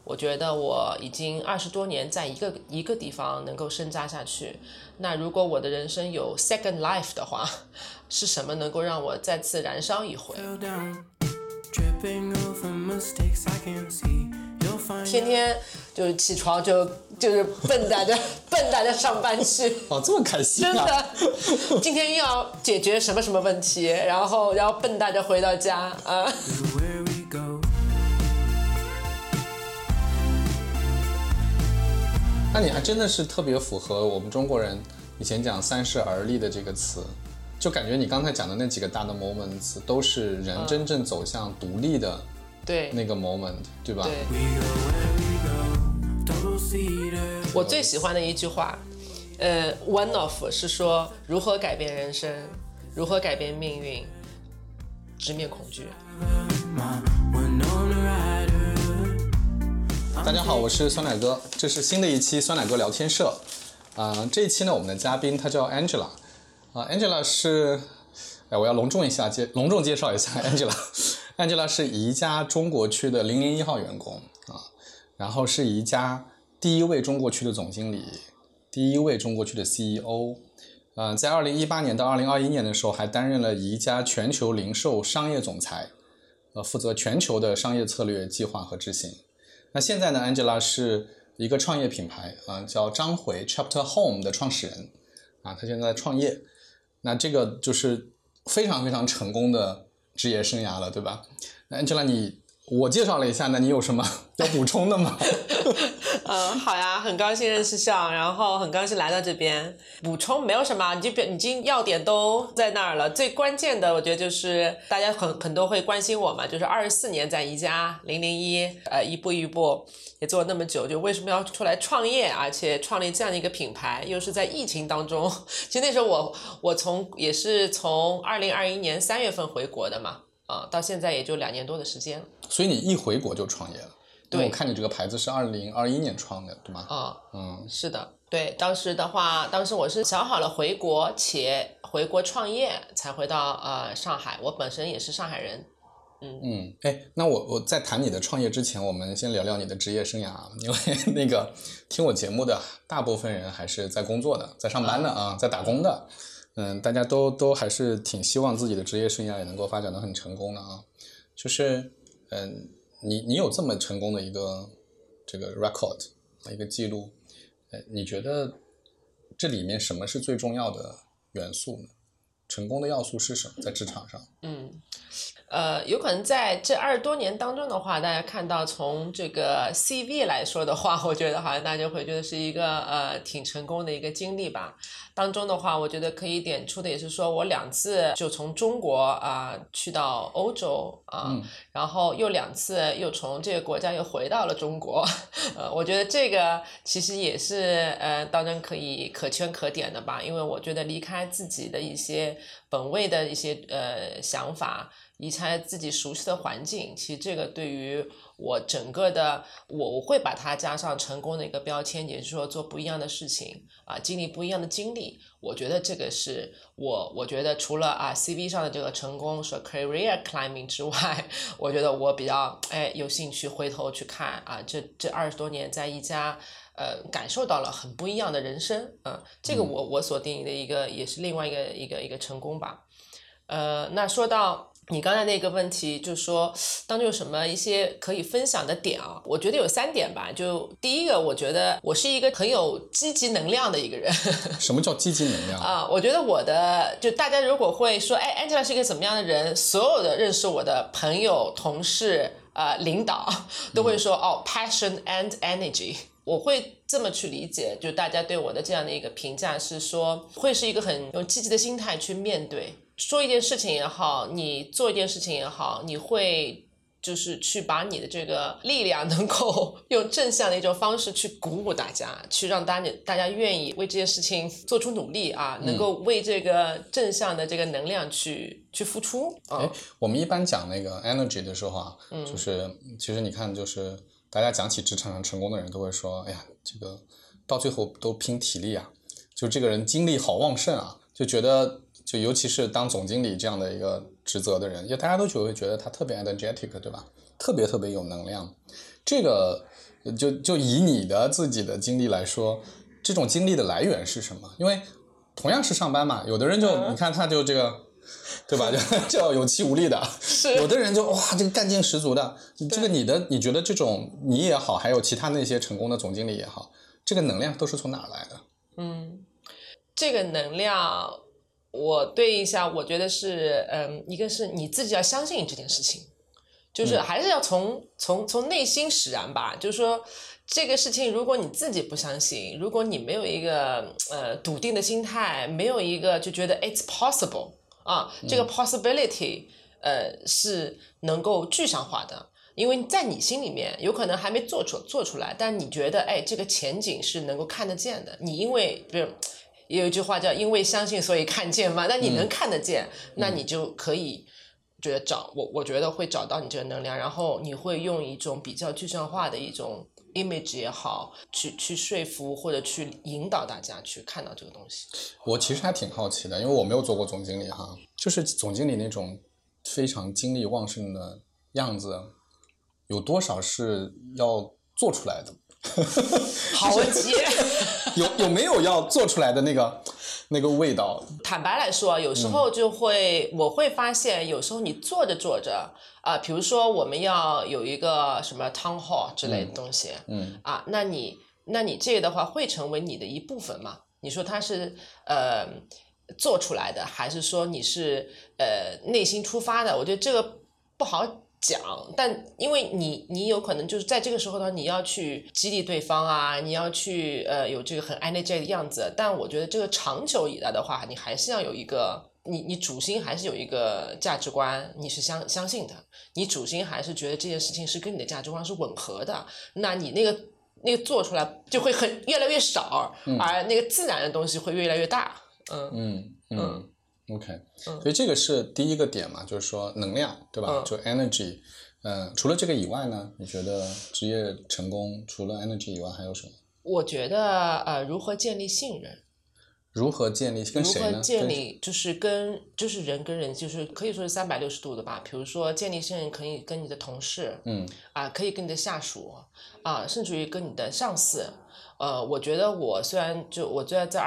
我觉得我已经20多年在一个地方能够深扎下去。那如果我的人生有 second life 的话，是什么能够让我再次燃烧一回？天天就是起床就是奔大家上班去。 哦，这么开心啊！ 真的，今天又要解决什么什么问题，然后奔大家回到家啊。 那你还真的是特别符合我们中国人以前讲三十而立的这个词，就感觉你刚才讲的那几个大的 moments 都是人真正走向独立的那个 moment， 对吧？ 对。我最喜欢的一句话，one of 是说如何改变人生，如何改变命运，直面恐惧。 大家好，我是酸奶哥，这是新的一期酸奶哥聊天社。这一期呢，我们的嘉宾她叫 Angela。Angela 是，我要隆重介绍一下 Angela。Angela 是宜家中国区的001号员工啊，然后是宜家第一位中国区的总经理，第一位中国区的 CEO。在2018年到2021年的时候，还担任了宜家全球零售商业总裁，负责全球的商业策略计划和执行。那现在呢 ，Angela 是一个创业品牌叫张回 Chapter Home 的创始人她现在在创业。那这个就是非常非常成功的职业生涯了，对吧？那 Angela， 我介绍了一下，那你有什么要补充的吗？ 好呀，很高兴认识上，然后很高兴来到这边。补充没有什么，已经要点都在那儿了。最关键的，我觉得就是大家很多会关心我嘛，就是24年在宜家001，一步一步也做了那么久，就为什么要出来创业，而且创立这样的一个品牌，又是在疫情当中。其实那时候我也是从2021年3月份回国的嘛，到现在也就2年多的时间了。 所以你一回国就创业了？ 对， 我看你这个牌子是2021年创的，对吗？ 是的，对，当时我是想好了回国，且回国创业才回到上海。我本身也是上海人。 那我在谈你的创业之前，我们先聊聊你的职业生涯，因为那个听我节目的大部分人还是在工作的，在上班的在打工的。大家都还是挺希望自己的职业生涯也能够发展得很成功的就是你有这么成功的一个这个 record 一个记录，你觉得这里面什么是最重要的元素呢？成功的要素是什么在职场上？ 有可能在这20多年当中的话，大家看到从这个 CV 来说的话，我觉得好像大家会觉得是一个挺成功的一个经历吧。当中的话，我觉得可以点出的也是说我2次就从中国去到欧洲然后又2次又从这个国家又回到了中国。我觉得这个其实也是当然可圈可点的吧，因为我觉得离开自己的一些本位的一些想法，离开自己熟悉的环境，其实这个对于我整个的我会把它加上成功的一个标签，也就是说做不一样的事情经历不一样的经历。我觉得这个是我觉得除了CV 上的这个成功说 career climbing 之外，我觉得我比较有兴趣回头去看这20多年在一家感受到了很不一样的人生这个我所定义的一个也是另外一个成功吧。那说到你刚才那个问题，就是说当中有什么一些可以分享的点我觉得有3点吧。就第一个，我觉得我是一个很有积极能量的一个人。 什么叫积极能量我觉得就大家如果会说Angela 是一个怎么样的人，所有的认识我的朋友同事领导都会说passion and energy。我会这么去理解，就大家对我的这样的一个评价是说，会是一个很有积极的心态去面对，说一件事情也好，你做一件事情也好，你会就是去把你的这个力量能够用正向的一种方式去鼓舞大家，去让大家愿意为这件事情做出努力能够为这个正向的这个能量去付出我们一般讲那个 energy 的时候就是其实你看就是大家讲起职场上成功的人都会说，哎呀，这个到最后都拼体力就这个人精力好旺盛就觉得就尤其是当总经理这样的一个职责的人，因为大家都会觉得他特别 energetic， 对吧？特别有能量。这个就以你的自己的经历来说，这种经历的来源是什么？因为同样是上班嘛，有的人就、你看他就这个，对吧？就有气无力的，有的人就哇这个干劲十足的。这个你觉得这种你也好，还有其他那些成功的总经理也好，这个能量都是从哪儿来的？ 这个能量，我对一下，我觉得是，一个是你自己要相信这件事情，就是还是要从内心使然吧。就是说，这个事情如果你自己不相信，如果你没有一个笃定的心态，没有一个就觉得 it's possible 啊，这个 possibility 是能够具象化的。因为在你心里面有可能还没做出来，但你觉得这个前景是能够看得见的。你因为比如也有一句话叫因为相信所以看见嘛，那你能看得见，那你就可以觉得我觉得会找到你这个能量，然后你会用一种比较具象化的一种 image 也好，去说服或者去引导大家去看到这个东西。 我其实还挺好奇的，因为我没有做过总经理哈，就是总经理那种非常精力旺盛的样子，有多少是要做出来的？ 好问题。 有没有要做出来的那个味道？ 坦白来说，有时候我会发现，有时候你做着做着比如说我们要有一个什么 town hall 之类的东西，那你这个的话会成为你的一部分吗？你说它是做出来的，还是说你是内心出发的？我觉得这个不好讲，但因为你有可能就是在这个时候呢，你要去激励对方啊，你要去有这个很 energy 的样子，但我觉得这个长久以来的话，你还是要有一个你主心还是有一个价值观，你是相信的，你主心还是觉得这件事情是跟你的价值观是吻合的，那你那个做出来就会越来越少，而那个自然的东西会越来越大。 OK， 所以这个是第一个点嘛，就是说能量，对吧？就 energy。除了这个以外呢，你觉得职业成功除了 energy 以外还有什么？ 我觉得如何建立信任。 如何建立跟谁呢？ 如何建立就是人跟人，就是可以说是360度的吧。比如说建立信任，可以跟你的同事，可以跟你的下属，甚至于跟你的上司。我觉得我虽然在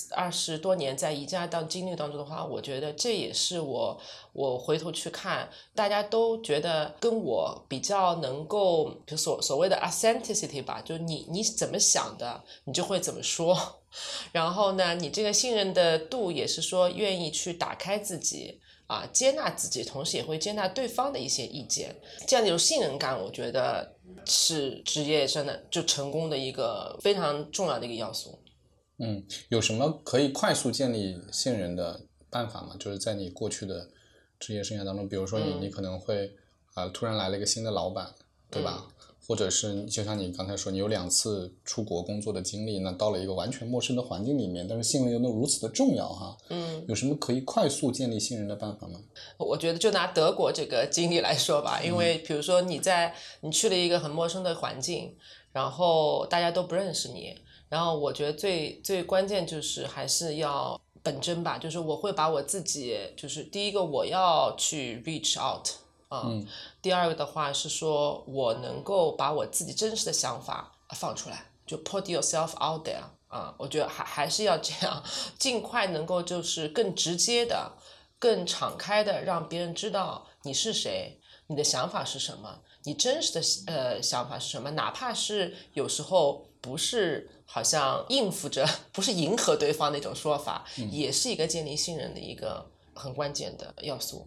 20多年在宜家经历当中的话，我觉得这也是我回头去看，大家都觉得跟我比较能够，就所谓的 authenticity 吧，就你怎么想的，你就会怎么说。然后呢，你这个信任的度也是说愿意去打开自己接纳自己，同时也会接纳对方的一些意见，这样的一种信任感，我觉得是职业上的就成功的一个非常重要的一个要素。 有什么可以快速建立信任的办法吗？就是在你过去的职业生涯当中，比如说你可能会突然来了一个新的老板，对吧？或者是就像你刚才说，你有2次出国工作的经历，那到了一个完全陌生的环境里面，但是信任又如此的重要哈。有什么可以快速建立信任的办法吗？ 我觉得就拿德国这个经历来说吧，因为比如说你去了一个很陌生的环境，然后大家都不认识你，然后我觉得最关键就是还是要本真吧，就是我会把我自己，就是第一个我要去 reach out。第二个的话是说我能够把我自己真实的想法放出来，就 put yourself out there 我觉得还是要这样，尽快能够就是更直接的、更敞开的让别人知道你是谁，你的想法是什么，你真实的想法是什么，哪怕是有时候不是好像应付着，不是迎合对方那种说法，也是一个建立信任的一个很关键的要素。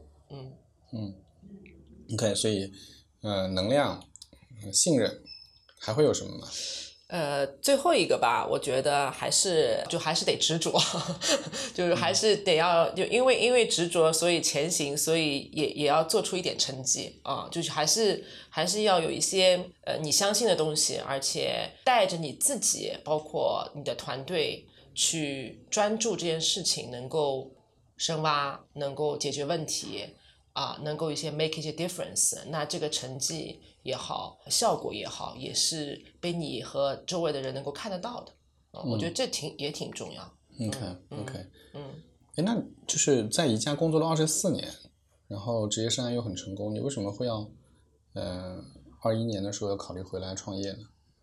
OK， 所以能量、信任，还会有什么吗？ 最后一个吧，我觉得还是得执着，就是还是得要，就因为执着，所以前行，所以也要做出一点成绩就是还是要有一些你相信的东西，而且带着你自己，包括你的团队去专注这件事情，能够深挖，能够解决问题。能够make 一些 difference， 那这个成绩也好，效果也好，也是被你和周围的人能够看得到的。我觉得这也挺重要。 OK，那就是在宜家工作了24年，然后职业生涯又很成功，你为什么会要21年的时候要考虑回来创业呢？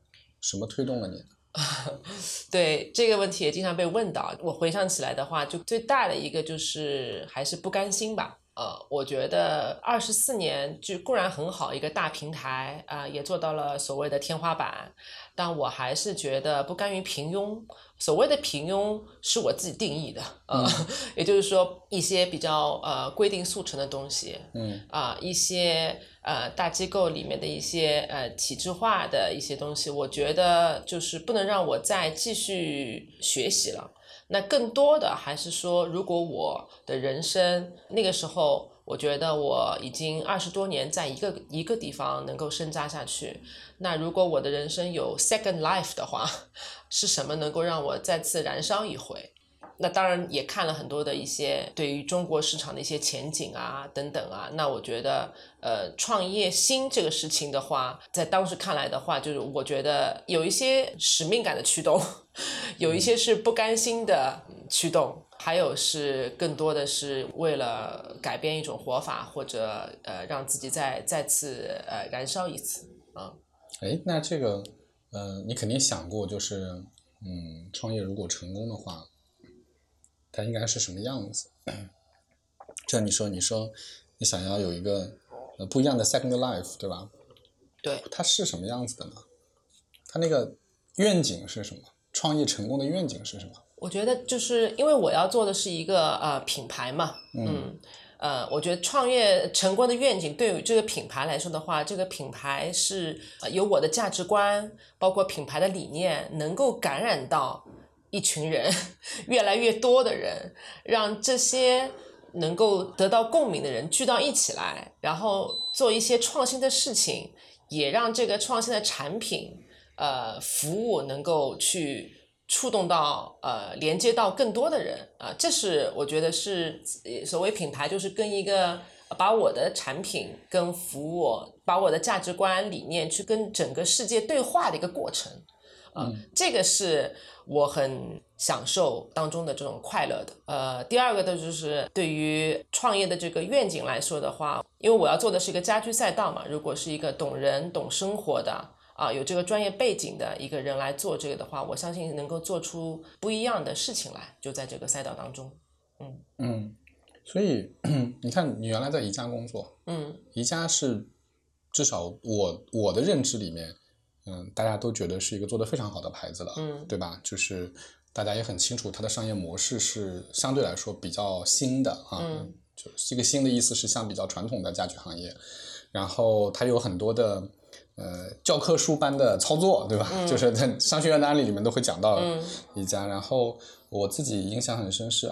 什么推动了你？ 对，这个问题也经常被问到。我回想起来的话，就最大的一个就是还是不甘心吧。我觉得24年就固然很好，一个大平台也做到了所谓的天花板，但我还是觉得不甘于平庸。所谓的平庸是我自己定义的，也就是说一些比较规定速成的东西，一些大机构里面的一些体制化的一些东西，我觉得就是不能让我再继续学习了。那更多的还是说，如果我的人生那个时候，我觉得我已经20多年在一个地方能够深扎下去，那如果我的人生有 second life 的话，是什么能够让我再次燃烧一回？那当然也看了很多的一些对于中国市场的一些前景等等那我觉得创业新这个事情的话，在当时看来的话，就是我觉得有一些使命感的驱动，有一些是不甘心的驱动，还有是更多的是为了改变一种活法，或者让自己再次燃烧一次那这个你肯定想过，就是创业如果成功的话，它应该是什么样子？这你说你想要有一个不一样的 second life， 对吧？ 对， 它是什么样子的呢？它那个愿景是什么？创业成功的愿景是什么？ 我觉得就是因为我要做的是一个品牌嘛，我觉得创业成功的愿景对于这个品牌来说的话，这个品牌是有我的价值观，包括品牌的理念，能够感染到一群人，越来越多的人，让这些能够得到共鸣的人聚到一起来，然后做一些创新的事情，也让这个创新的产品服务能够去触动到连接到更多的人这是我觉得是所谓品牌，就是跟一个把我的产品跟服务，把我的价值观理念去跟整个世界对话的一个过程这个是我很享受当中的这种快乐的第二个的就是对于创业的这个愿景来说的话，因为我要做的是一个家居赛道嘛，如果是一个懂人懂生活的有这个专业背景的一个人来做这个的话，我相信能够做出不一样的事情来，就在这个赛道当中所以你看你原来在宜家工作宜家是至少我的认知里面大家都觉得是一个做得非常好的牌子了对吧？就是大家也很清楚它的商业模式是相对来说比较新的就这个新的意思是像比较传统的家居行业，然后它有很多的教科书般的操作对吧就是在商学院的案例里面都会讲到宜家然后我自己印象很深是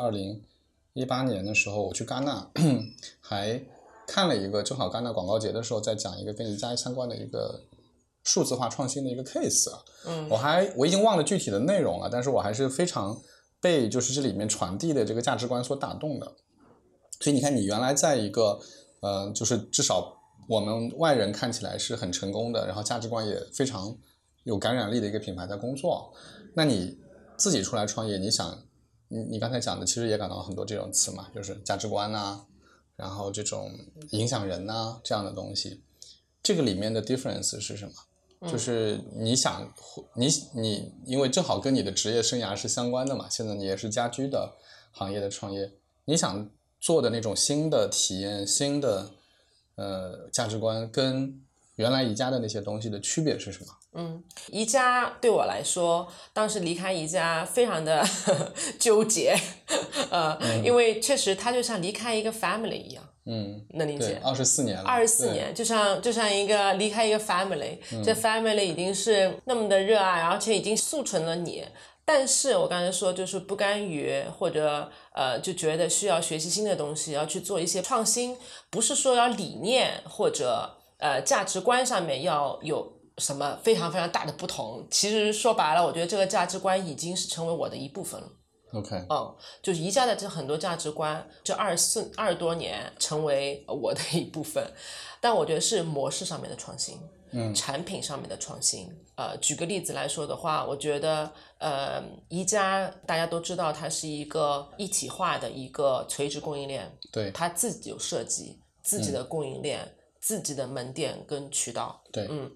2018年的时候我去戛纳还看了一个，正好戛纳广告节的时候在讲一个跟宜家相关的一个数字化创新的一个 case 我已经忘了具体的内容了，但是我还是非常被就是这里面传递的这个价值观所打动的。所以你看你原来在一个就是至少我们外人看起来是很成功的，然后价值观也非常有感染力的一个品牌在工作，那你自己出来创业，你想你刚才讲的其实也感到很多这种词嘛，就是价值观然后这种影响人这样的东西，这个里面的 difference 是什么？就是你想你因为正好跟你的职业生涯是相关的嘛，现在你也是家居的行业的创业，你想做的那种新的体验新的价值观跟原来宜家的那些东西的区别是什么？ 宜家对我来说当时离开宜家非常的纠结因为确实它就像离开一个 family 一样能理解 24年了 24年就像一个离开一个 family这 family 已经是那么的热爱，而且已经塑成了你，但是我刚才说就是不甘于或者就觉得需要学习新的东西，要去做一些创新，不是说要理念或者价值观上面要有什么非常非常大的不同，其实说白了我觉得这个价值观已经是成为我的一部分了。 OK， 就是宜家的这很多价值观，这20多年成为我的一部分，但我觉得是模式上面的创新，产品上面的创新。举个例子来说的话，我觉得宜家大家都知道它是一个一体化的一个垂直供应链， 对， 它自己有设计自己的供应链，自己的门店跟渠道， 对，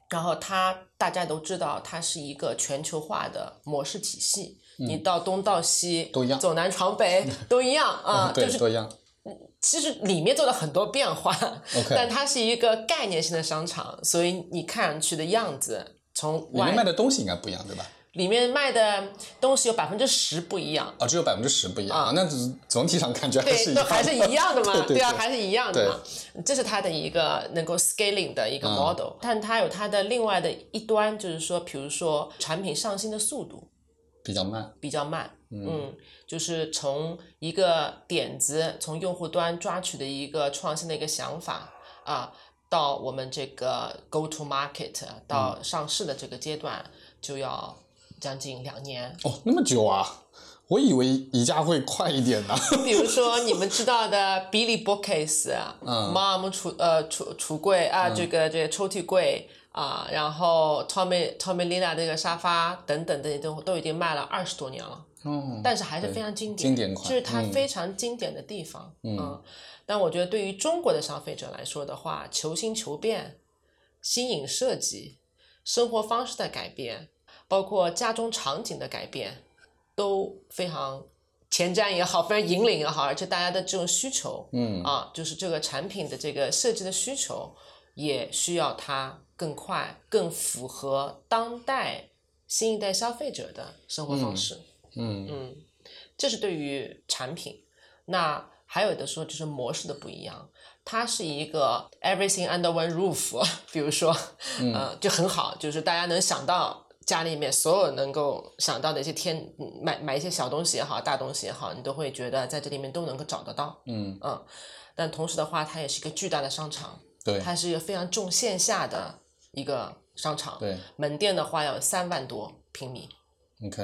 然后大家都知道，它是一个全球化的模式体系，你到东到西都一样， 走南闯北都一样啊， 对， 就是都一样。 其实里面做了很多变化 OK 但它是一个概念性的商场，所以你看上去的样子，从里面卖的东西应该不一样，对吧？ 里面卖的东西有10%不一样。 只有10%不一样那总体上感觉还是一样， 对，都还是一样的嘛， 对啊，还是一样的嘛。这是它的一个能够 scaling 的一个 model，但它有它的另外的一端，就是说，比如说产品上新的速度比较慢， 就是从一个点子，从用户端抓取的一个创新的一个想法啊，到我们这个 go to market 到上市的这个阶段，就要将近2年。 那么久啊！我以为宜家会快一点呢。 比如说你们知道的 Billy Bookcase Mom 橱柜啊，这个抽屉柜啊，然后 Tommy Lina 这个沙发等等的都已经卖了20多年了。但是还是非常经典款， 这是它非常经典的地方。但我觉得对于中国的消费者来说的话，求新求变、新颖设计、生活方式的改变，包括家中场景的改变，都非常前瞻也好，非常引领也好，而且大家的这种需求，就是这个产品的这个设计的需求，也需要它更快、更符合当代新一代消费者的生活方式。这是对于产品。那还有的说就是模式的不一样，它是一个 everything under one roof， 比如说，就很好，就是大家能想到家里面所有能够想到的一些买一些小东西也好，大东西也好，你都会觉得在这里面都能够找得到。但同时的话，它也是一个巨大的商场， 对， 它是一个非常重线下的一个商场， 对， 门店的话要3万多平米。 OK，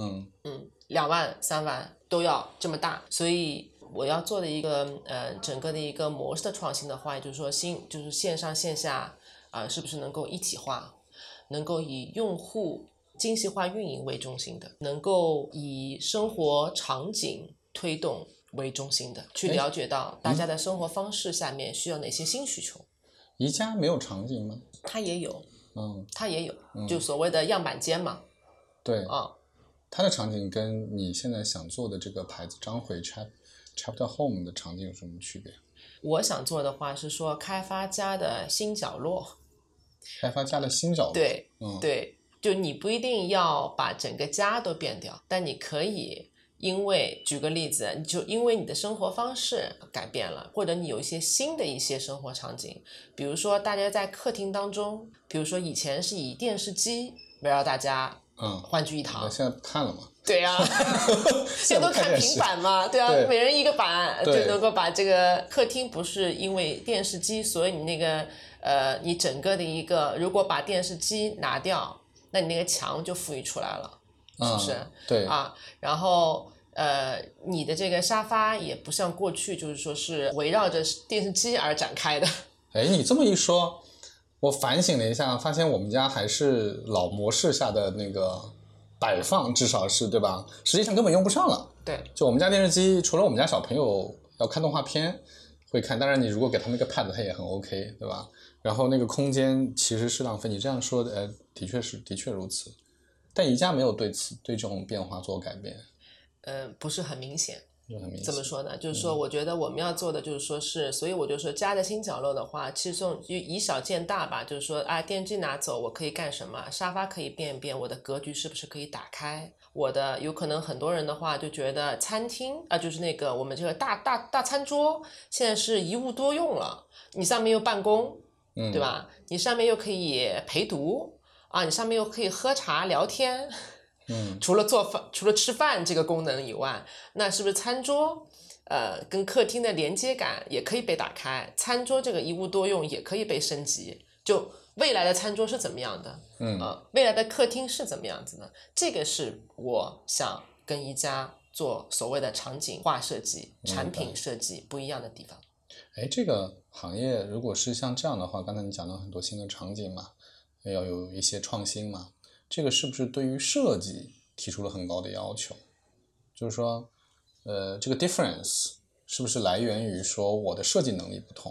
2万3万都要这么大，所以我要做的一个整个的一个模式的创新的话，也就是说就是线上线下是不是能够一体化，能够以用户精细化运营为中心的，能够以生活场景推动为中心的，去了解到大家的生活方式下面需要哪些新需求。 宜家没有场景吗？ 它也有，它也有，就所谓的样板间嘛。 对，它的场景跟你现在想做的这个牌子张回 Chapter Home 的场景有什么区别？ 我想做的话是说开发家的新角落。 开发家的新角落。 对，对，就你不一定要把整个家都变掉，但你可以举个例子，就因为你的生活方式改变了，或者你有一些新的一些生活场景，比如说大家在客厅当中，比如说以前是以电视机围绕大家欢聚一堂， 现在看了嘛？ 对呀，现在都看平板嘛，对啊，每人一个板就能够把这个客厅，不是因为电视机，所以你那个你整个的一个，如果把电视机拿掉，那你那个墙就富裕出来了，是不是？ 对然后你的这个沙发也不像过去就是说是围绕着电视机而展开的。 你这么一说，我反省了一下，发现我们家还是老模式下的那个摆放，至少是对吧？实际上根本用不上了。 对， 就我们家电视机，除了我们家小朋友要看动画片会看，当然你如果给他们一个 pad， 它也很 OK， 对吧？然后那个空间其实是浪费。你这样说的，的确如此。但宜家没有对这种变化做改变。 不是很明显。怎么说呢？就是说，我觉得我们要做的就是说是，所以我就说家的新角落的话，其实就以小见大吧。就是说，电视机拿走，我可以干什么？沙发可以变一变，我的格局是不是可以打开？有可能很多人的话就觉得餐厅就是那个我们这个大餐桌，现在是一物多用了。你上面又办公，对吧？你上面又可以陪读你上面又可以喝茶聊天。除了做饭，除了吃饭这个功能以外，那是不是餐桌跟客厅的连接感也可以被打开？餐桌这个一物多用也可以被升级。就未来的餐桌是怎么样的？未来的客厅是怎么样子的？这个是我想跟宜家做所谓的场景化设计、产品设计不一样的地方。 这个行业如果是像这样的话，刚才你讲到很多新的场景嘛，要有一些创新嘛。这个是不是对于设计提出了很高的要求？就是说，这个 difference 是不是来源于说我的设计能力不同，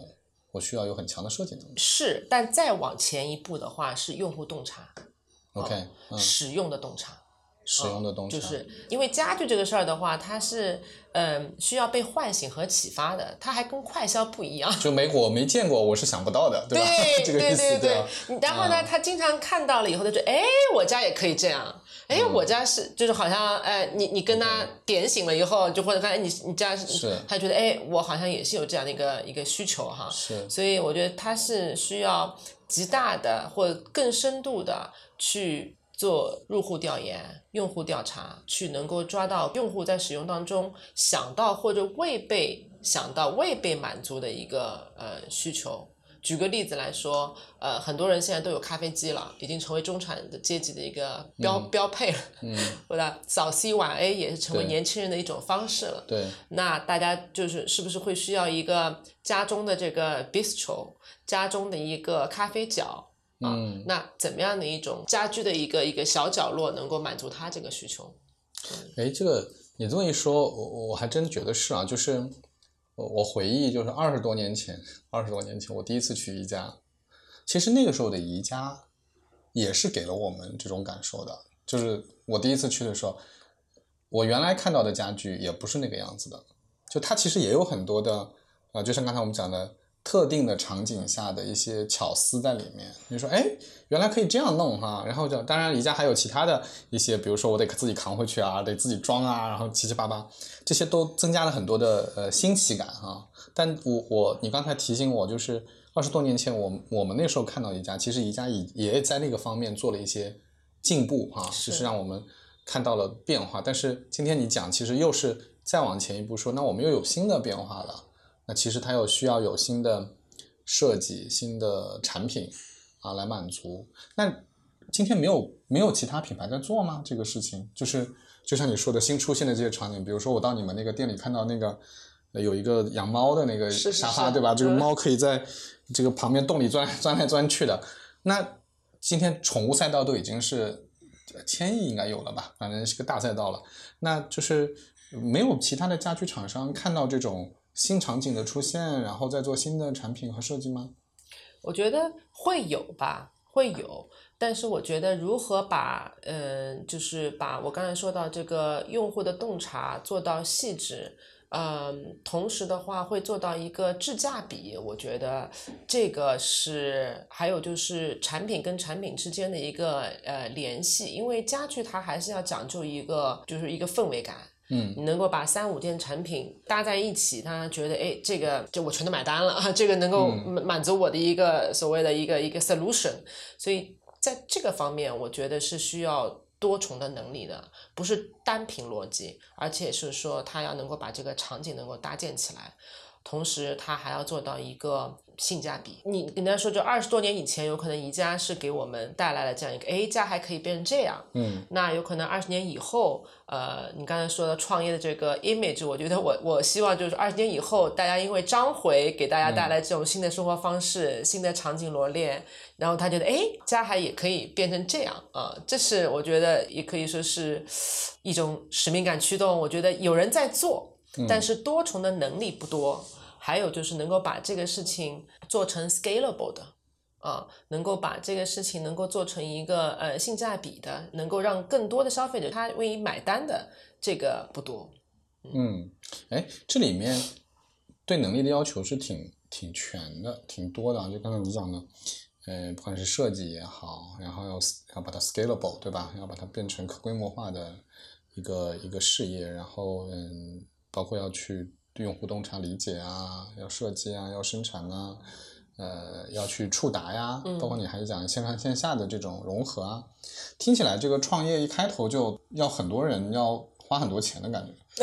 我需要有很强的设计能力。 是，但再往前一步的话是用户洞察。 OK， 使用的洞察。 使用的洞察， 就是因为家具这个事儿的话，它是需要被唤醒和启发的，它还跟快销不一样。 就我没见过，我是想不到的，对吧？ 对这个意思， 对。然后呢， 嗯， 他经常看到了以后，他就我家也可以这样，我家是就是好像你跟他点醒了以后，就或者看你家是， 他觉得我好像也是有这样的一个需求哈。 是， 所以我觉得他是需要极大的或者更深度的去做入户调研、用户调查，去能够抓到用户在使用当中想到或者未被想到、未被满足的一个需求。举个例子来说，很多人现在都有咖啡机了，已经成为中产的阶级的一个标配了。或者早 C 晚 A 也是成为年轻人的一种方式了。 对。 那大家是不是会需要一个家中的这个 bistro， 家中的一个咖啡角？那怎么样的一种家居的一个小角落能够满足他这个需求？ 这个你这么一说，我还真觉得是啊，就是我回忆，就是20多年前我第一次去宜家，其实那个时候的宜家也是给了我们这种感受的，就是我第一次去的时候，我原来看到的家具也不是那个样子的，就它其实也有很多的就像刚才我们讲的特定的场景下的一些巧思在里面。你说原来可以这样弄哈，然后当然宜家还有其他的一些，比如说我得自己扛回去啊，得自己装啊，然后七七八八，这些都增加了很多的新奇感哈。但你刚才提醒我，就是20多年前我们那时候看到宜家，其实宜家也在那个方面做了一些进步哈，就是让我们看到了变化。但是今天你讲，其实又是再往前一步说，那我们又有新的变化了，那其实它又需要有新的设计、新的产品来满足。那今天没有其他品牌在做吗？这个事情就像你说的新出现的这些场景，比如说我到你们那个店里看到那个有一个养猫的那个沙发，对吧？这个猫可以在这个旁边洞里钻来钻去的。那今天宠物赛道都已经是1000亿应该有了吧，反正是个大赛道了。那就是没有其他的家居厂商看到这种新场景的出现，然后再做新的产品和设计吗？ 我觉得会有吧，会有。但是我觉得如何把就是把我刚才说到这个用户的洞察做到细致，同时的话会做到一个质价比，我觉得这个是，还有就是产品跟产品之间的一个联系，因为家具它还是要讲究一个就是一个氛围感。你能够把3-5件产品搭在一起，他觉得这个就我全都买单了啊，这个能够满足我的一个所谓的一个 solution。所以在这个方面，我觉得是需要多重的能力的，不是单凭逻辑，而且是说他要能够把这个场景能够搭建起来，同时他还要做到一个性价比。你跟他说，就20多年以前，有可能宜家是给我们带来了这样一个，家还可以变成这样。那有可能20年以后，你刚才说的创业的这个 image， 我觉得我希望就是20年以后，大家因为张回给大家带来这种新的生活方式、新的场景罗列，然后他觉得家还也可以变成这样啊，这是我觉得也可以说是一种使命感驱动。我觉得有人在做，但是多重的能力不多。还有就是能够把这个事情做成 scalable 的能够把这个事情能够做成一个性价比的，能够让更多的消费者他愿意买单的，这个不多。 这里面对能力的要求是挺全的，挺多的就刚才你讲的不管是设计也好，然后要把它 scalable， 对吧？要把它变成可规模化的一个事业，然后包括要去对用户洞察理解啊，要设计啊，要生产啊，要去触达呀，包括你还讲线上线下的这种融合啊，听起来这个创业一开头就要很多人要花很多钱的感觉。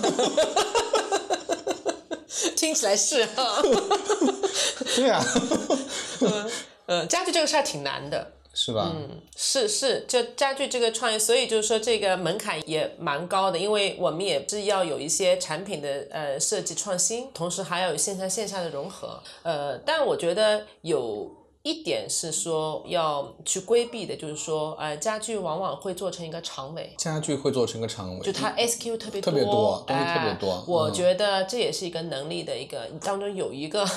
听起来是对啊。 家具这个事儿挺难的。 是吧？ 是，就家具这个创业，所以就是说这个门槛也蛮高的，因为我们也是要有一些产品的设计创新，同时还要有线上线下的融合。但我觉得有一点是说要去规避的，就是说家具往往会做成一个长尾， 家具会做成一个长尾， 就它 SKU 特别多， 东西特别多。 我觉得这也是一个能力的一个当中有一个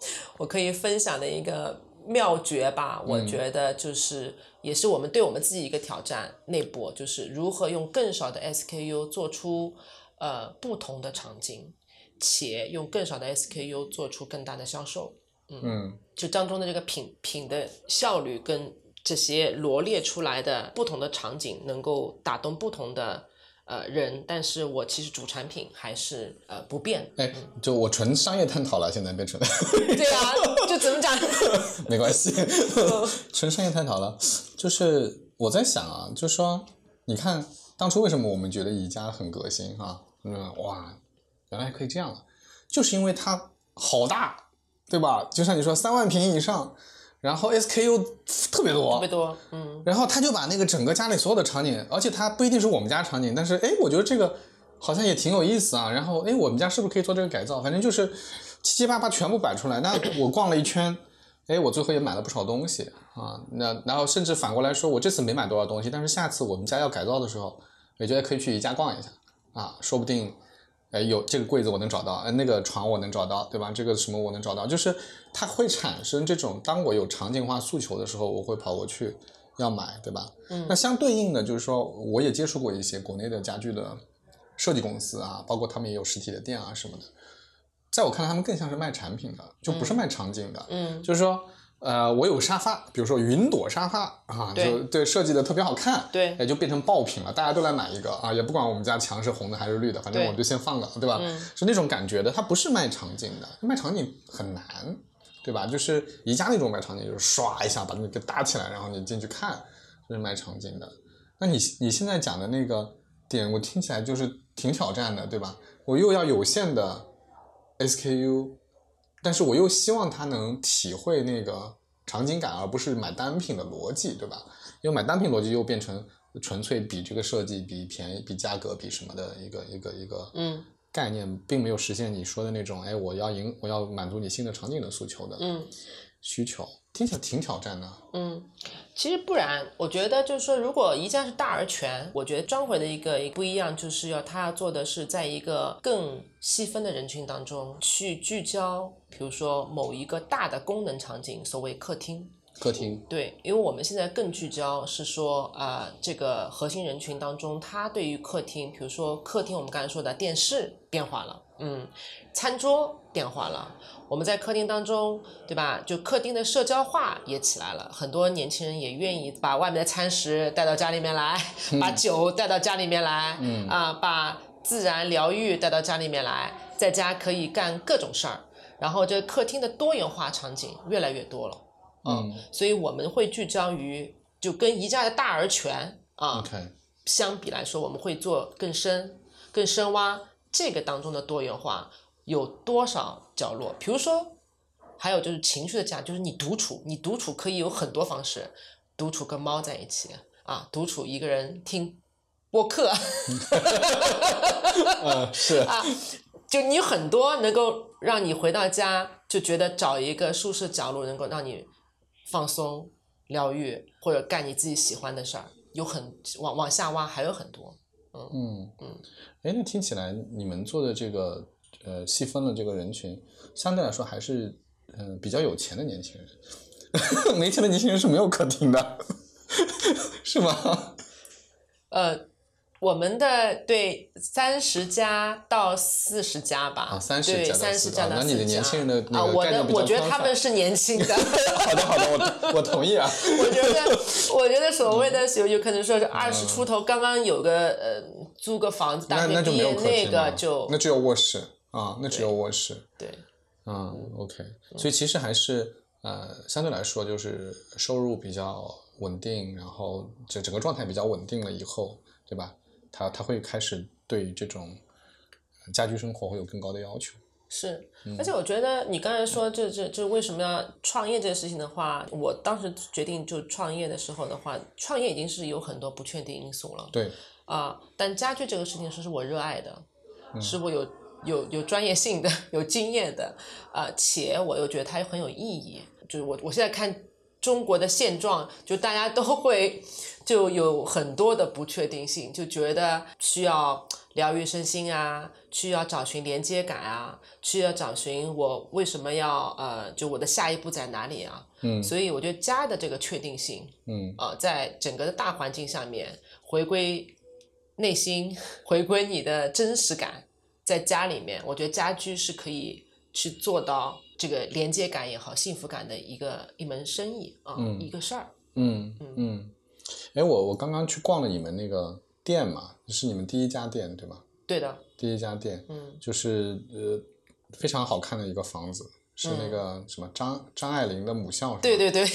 我可以分享的一个妙诀吧，我觉得就是也是我们对我们自己一个挑战，内部就是如何用更少的 SKU 做出不同的场景，且用更少的 SKU 做出更大的销售。就当中的这个品的效率跟这些罗列出来的不同的场景能够打动不同的人，但是我其实主产品还是不变。 就我纯商业探讨了，现在变成对啊，就怎么讲没关系纯商业探讨了。就是我在想啊，就是说你看当初为什么我们觉得宜家很革新啊？哇，原来可以这样了，就是因为它好大，对吧？就像你说3万平以上，然后 SKU 特别多，然后他就把那个整个家里所有的场景，而且它不一定是我们家场景，但是我觉得这个好像也挺有意思啊。然后我们家是不是可以做这个改造？反正就是七七八八全部摆出来。那我逛了一圈，我最后也买了不少东西啊。然后甚至反过来说，我这次没买多少东西，但是下次我们家要改造的时候，我觉得可以去宜家逛一下啊，说不定。有这个柜子我能找到，那个床我能找到，对吧？这个什么我能找到，就是它会产生这种，当我有场景化诉求的时候，我会跑过去要买，对吧？那相对应的就是说，我也接触过一些国内的家具的设计公司啊，包括他们也有实体的店啊什么的，在我看来他们更像是卖产品的，就不是卖场景的。就是说我有沙发，比如说云朵沙发啊，就对设计的特别好看， 对， 也就变成爆品了，大家都来买一个啊，也不管我们家墙是红的还是绿的，反正我们就先放个，对吧？是那种感觉的，它不是卖场景的，卖场景很难，对吧？就是宜家那种卖场景，就是刷一下把那个搭起来，然后你进去看，这是卖场景的。那你现在讲的那个点，我听起来就是挺挑战的，对吧？我又要有限的 SKU。但是我又希望他能体会那个场景感，而不是买单品的逻辑，对吧？因为买单品逻辑又变成纯粹比这个设计、比便宜、比价格、比什么的一个概念，并没有实现你说的那种，我要满足你新的场景的诉求的需求，听起来挺挑战的。 其实不然，我觉得就是说，如果宜家是大而全，我觉得装回的一个不一样，就是他要做的是在一个更细分的人群当中去聚焦，比如说某一个大的功能场景，所谓客厅。对，因为我们现在更聚焦是说这个核心人群当中，他对于客厅，比如说客厅我们刚才说的电视变化了，餐桌变化了，我们在客厅当中，对吧？就客厅的社交化也起来了，很多年轻人也愿意把外面的餐食带到家里面来，把酒带到家里面来，把自然疗愈带到家里面来，在家可以干各种事儿，然后这个客厅的多元化场景越来越多了。所以我们会聚焦于就跟宜家的大而全相比来说，我们会做更深挖这个当中的多元化有多少角落。比如说还有就是情绪的家，就是你独处可以有很多方式，独处跟猫在一起独处一个人听播客是就你很多能够让你回到家就觉得找一个舒适角落能够让你放松疗愈或者干你自己喜欢的事儿，有往下挖还有很多。 那听起来你们做的这个细分了这个人群，相对来说还是比较有钱的年轻人没钱的年轻人是没有客厅的是吗？ 我们的对30家到40家吧 ，30家到 40家到40家。 那你的年轻人的那个概念比较宽泛。 我觉得他们是年轻的好的，我同意啊我觉得所谓的有可能说是20出头，刚刚有个租个房子大学毕业那个就那只有卧室那只有卧室。 对 OK， 所以其实还是相对来说就是收入比较稳定，然后整个状态比较稳定了以后，对吧？他会开始对这种家居生活会有更高的要求。 是，而且我觉得你刚才说这为什么要创业这个事情的话，我当时决定就创业的时候的话，创业已经是有很多不确定因素了。 对但家具这个事情是我热爱的，是我有专业性的、有经验的且我又觉得它很有意义。就是我现在看中国的现状，就大家都会就有很多的不确定性，就觉得需要疗愈身心啊，去要找寻连接感啊，去要找寻我为什么要就我的下一步在哪里啊。所以我觉得家的这个确定性，在整个的大环境下面回归内心，回归你的真实感，在家里面，我觉得家居是可以去做到这个连接感也好，幸福感的一门生意一个事儿。 我刚刚去逛了你们那个店嘛，是你们第一家店对吧？ 对的， 第一家店，就是非常好看的一个房子，是那个什么张爱玲的母校是吧？ 对对对。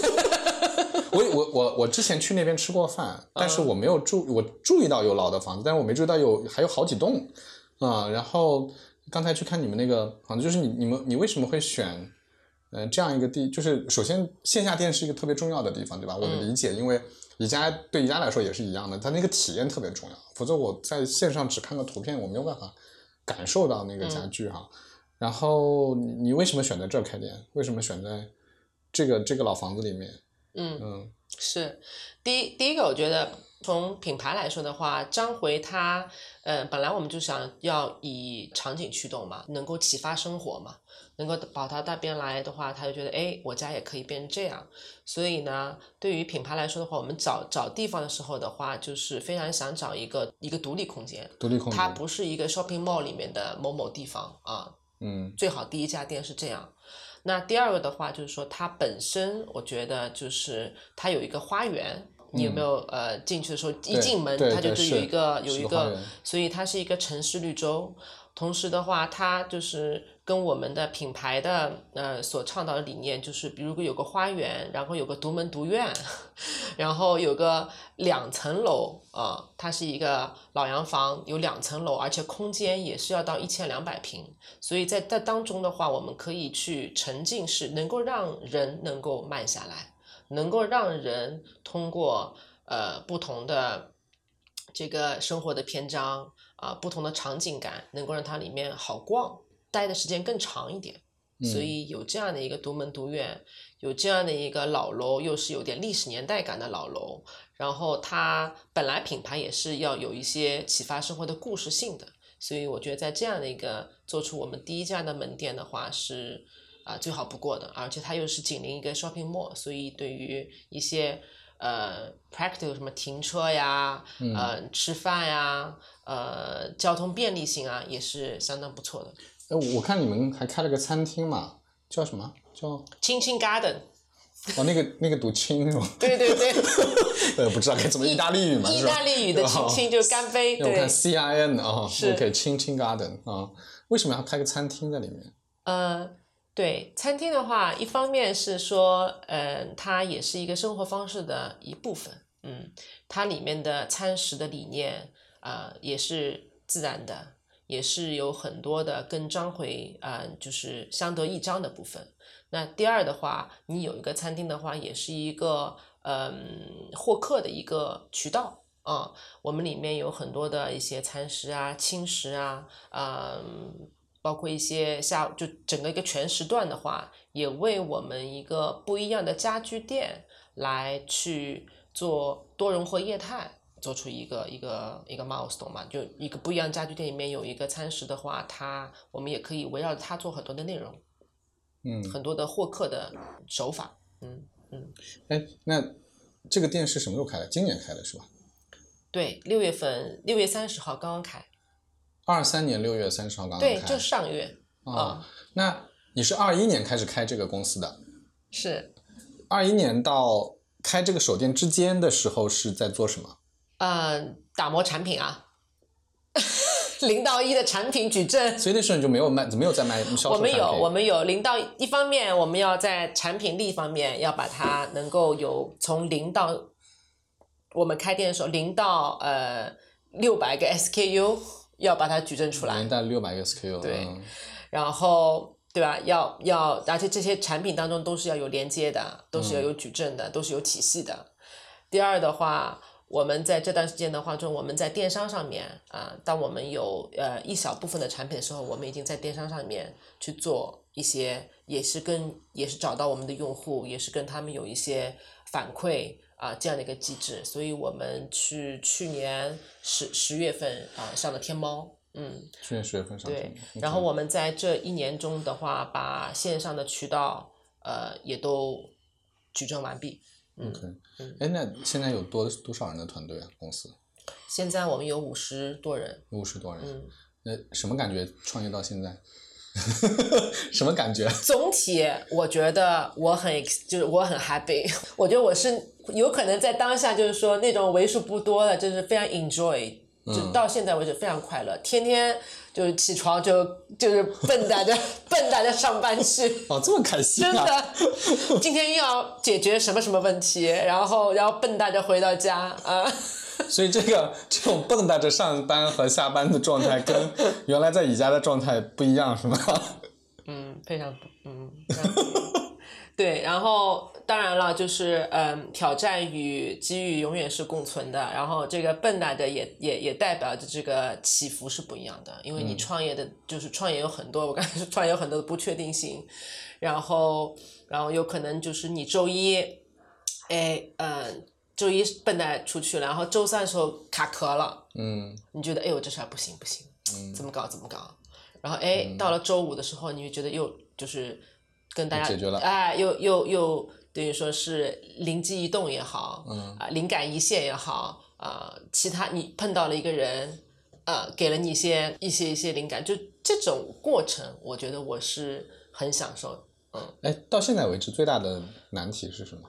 我之前去那边吃过饭，但是我没有我注意到有老的房子，但是我没注意到还有好几栋然后刚才去看你们那个房子，就是你为什么会选这样一个地？就是首先线下店是一个特别重要的地方，对吧？我的理解，因为对宜家来说也是一样的，它那个体验特别重要，否则我在线上只看个图片，我没有办法感受到那个家具哈。然后你为什么选在这儿开店？为什么选在这个老房子里面？ 是第一个，我觉得从品牌来说的话，张回它本来我们就想要以场景驱动嘛，能够启发生活嘛，能够跑到那边来的话，他就觉得我家也可以变成这样。所以呢，对于品牌来说的话，我们找地方的时候的话，就是非常想找一个独立空间，它不是一个 shopping mall 里面的某某地方啊。最好第一家店是这样。那第二个的话就是说，它本身我觉得就是它有一个花园，你有没有进去的时候一进门它就是有一个，所以它是一个城市绿洲。同时的话，它就是跟我们的品牌的所倡导的理念，就是比如有个花园，然后有个独门独院，然后有个2层楼它是一个老洋房，有2层楼，而且空间也是要到1200平，所以在当中的话，我们可以去沉浸式，能够让人能够慢下来，能够让人通过不同的这个生活的篇章不同的场景感，能够让它里面好逛，待的时间更长一点。所以有这样的一个独门独院，有这样的一个老楼，又是有点历史年代感的老楼，然后它本来品牌也是要有一些启发生活的故事性的，所以我觉得在这样的一个做出我们第一家的门店的话是最好不过的，而且它又是紧邻一个 shopping mall， 所以对于一些practical 什么停车呀吃饭呀交通便利性也是相当不错的。 我看你们还开了个餐厅嘛，叫什么？叫青青 Garden。 那个读青是吧？ 对对对。 不知道该怎么意大利语嘛？ 意大利语的青青就是干杯。对， 我看 CIN OK 青青 Garden 为什么要开个餐厅在里面？ 对，餐厅的话，一方面是说，它也是一个生活方式的一部分，它里面的餐食的理念也是自然的，也是有很多的跟张回就是相得益彰的部分。那第二的话，你有一个餐厅的话，也是一个获客的一个渠道我们里面有很多的一些餐食轻食包括一些就整个一个全时段的话，也为我们一个不一样的家居店来去做多融合业态，做出一个 milestone 嘛，就一个不一样的家居店里面有一个餐食的话，我们也可以围绕着它做很多的内容，很多的获客的手法， 那这个店是什么时候开的？今年开的是吧？ 对，6月30号刚刚开。 23年6月30号刚刚开。 对，就是上个月那你是21年开始开这个公司的？ 是。 21年到开这个手店之间的时候是在做什么？ 打磨产品0到1的产品矩阵。 所以那时候你就没有在卖销售产品？ 我们有0到1，一方面我们要在产品力方面要把它能够有从0到我们开店的时候0到600个 SKU 要把它矩阵出来 0到600个 SKU 对，然后对吧？而且这些产品当中都是要有连接的，都是要有矩阵的，都是有体系的。第二的话，我们在这段时间的话中，我们在电商上面当我们有一小部分的产品的时候，我们已经在电商上面去做一些，也是找到我们的用户，也是跟他们有一些反馈这样的一个机制，所以我们去年十月份上了天猫。 去年10月份上对，然后我们在这1年中的话，把线上的渠道也都矩阵完毕。 OK，那现在有多少人的团队啊？公司？ 现在我们有50多人。 50多人。那什么感觉？创业到现在，什么感觉？ 总体我觉得我很 happy， 我觉得我是有可能在当下就是说那种为数不多的，就是非常 enjoy。就到现在为止非常快乐，天天就是起床就是蹦跶着上班去。 这么开心啊！ 真的，今天又要解决什么问题，然后蹦跶着回到家所以这种蹦跶着上班和下班的状态跟原来在宜家的状态不一样是吗？ 非常对，然后当然了，就是挑战与机遇永远是共存的。然后这个蹦跶着也代表着这个起伏是不一样的，因为你创业有很多，我刚才说创业有很多的不确定性，然后有可能就是你周一蹦跶出去了，然后周3的时候卡壳了，你觉得我这事儿不行，怎么搞，然后到了周5的时候，你就觉得又就是跟大家解决了， 又等于说是灵机一动也好，灵感一现也好，其他你碰到了一个人，给了你一些灵感，就这种过程，我觉得我是很享受。 到现在为止最大的难题是什么？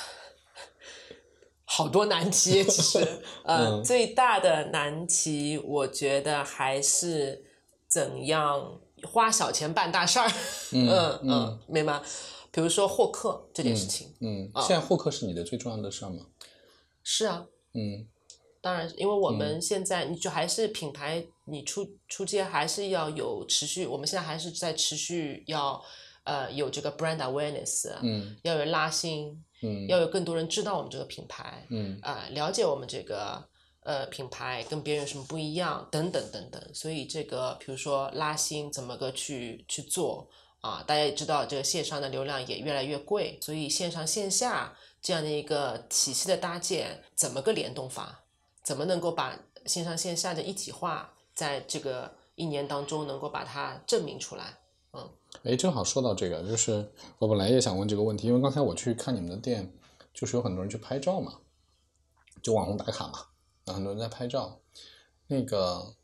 好多难题，其实，最大的难题，我觉得还是怎样花小钱办大事儿。明白。比如说获客这件事情。 现在获客是你的最重要的事儿吗？ 是啊。当然，因为我们现在你就还是品牌，你出街还是要有持续，我们现在还是在持续要有这个 brand awareness，要有拉新。要有更多人知道我们这个品牌，了解我们这个品牌跟别人有什么不一样，等等等等。所以这个比如说拉新怎么个去做大家也知道这个线上的流量也越来越贵，所以线上线下这样的一个体系的搭建，怎么个联动法，怎么能够把线上线下的一体化在这个1年当中能够把它证明出来。 正好说到这个，就是我本来也想问这个问题，因为刚才我去看你们的店，就是有很多人去拍照嘛，就网红打卡嘛，很多人在拍照。那个，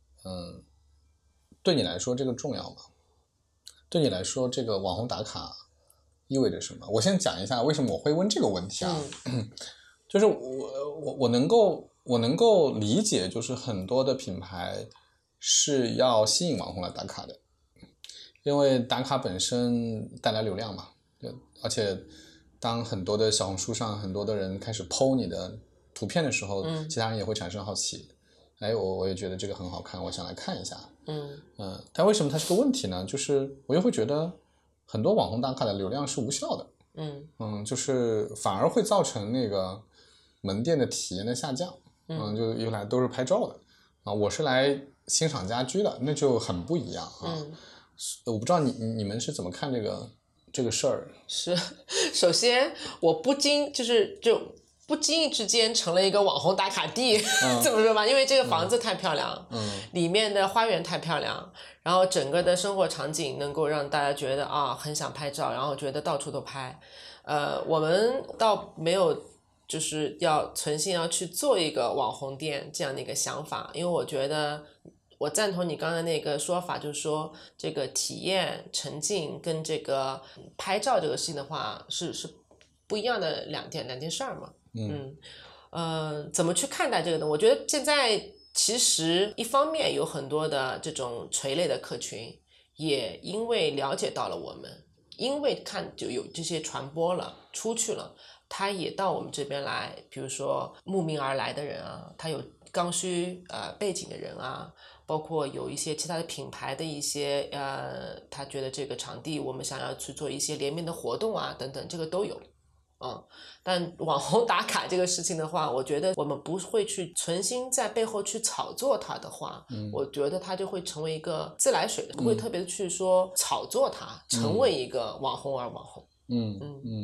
对你来说这个重要吗？对你来说这个网红打卡意味着什么？我先讲一下为什么我会问这个问题啊。就是我能够理解，就是很多的品牌是要吸引网红来打卡的。因为打卡本身带来流量嘛，而且当很多的小红书上很多的人开始 po 你的图片的时候，其他人也会产生好奇，我也觉得这个很好看，我想来看一下。但为什么它是个问题呢？就是我又会觉得很多网红打卡的流量是无效的，就是反而会造成那个门店的体验的下降，就原来都是拍照的我是来欣赏家居的，那就很不一样我不知道你们是怎么看这个事儿？ 是，首先我不经意之间成了一个网红打卡地，这么说吧，因为这个房子太漂亮，里面的花园太漂亮，然后整个的生活场景能够让大家觉得很想拍照，然后觉得到处都拍。我们倒没有就是要存心要去做一个网红店这样的一个想法，因为我觉得。我赞同你刚才那个说法，就是说这个体验沉浸跟这个拍照这个事情的话是不一样的两件事儿嘛。怎么去看待这个呢？我觉得现在其实一方面有很多的这种垂类的客群，也因为了解到了我们，因为看就有这些传播了出去了，他也到我们这边来，比如说慕名而来的人他有刚需背景的人包括有一些其他的品牌的一些他觉得这个场地我们想要去做一些联名的活动等等，这个都有。但网红打卡这个事情的话，我觉得我们不会去存心在背后去炒作它的话，我觉得它就会成为一个自来水的，不会特别去说炒作它成为一个网红而网红。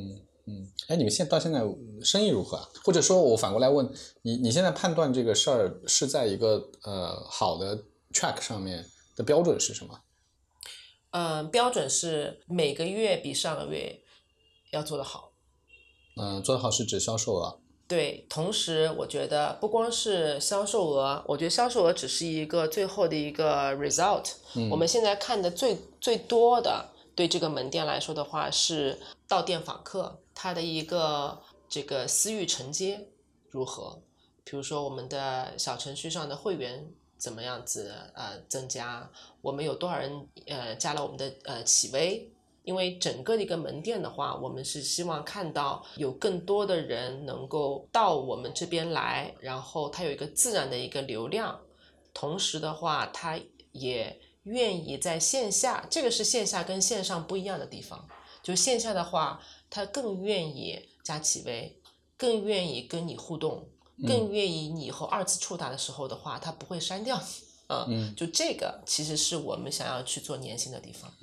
哎，你们到现在生意如何啊？或者说我反过来问你现在判断这个事儿是在一个好的 track 上面的标准是什么？ 标准是每个月比上个月要做得好。 做得好是指销售额。 对，同时我觉得不光是销售额，我觉得销售额只是一个最后的一个 result。我们现在看的最多的，对这个门店来说的话，是到店访客他的一个这个私域承接如何。比如说我们的小程序上的会员怎么样子增加，我们有多少人加了我们的企微。因为整个的一个门店的话，我们是希望看到有更多的人能够到我们这边来，然后它有一个自然的一个流量，同时的话，他也愿意在线下，这个是线下跟线上不一样的地方。就线下的话，他更愿意加企微，更愿意跟你互动，更愿意你以后2次触达的时候的话，他不会删掉你。就这个其实是我们想要去做粘性的地方。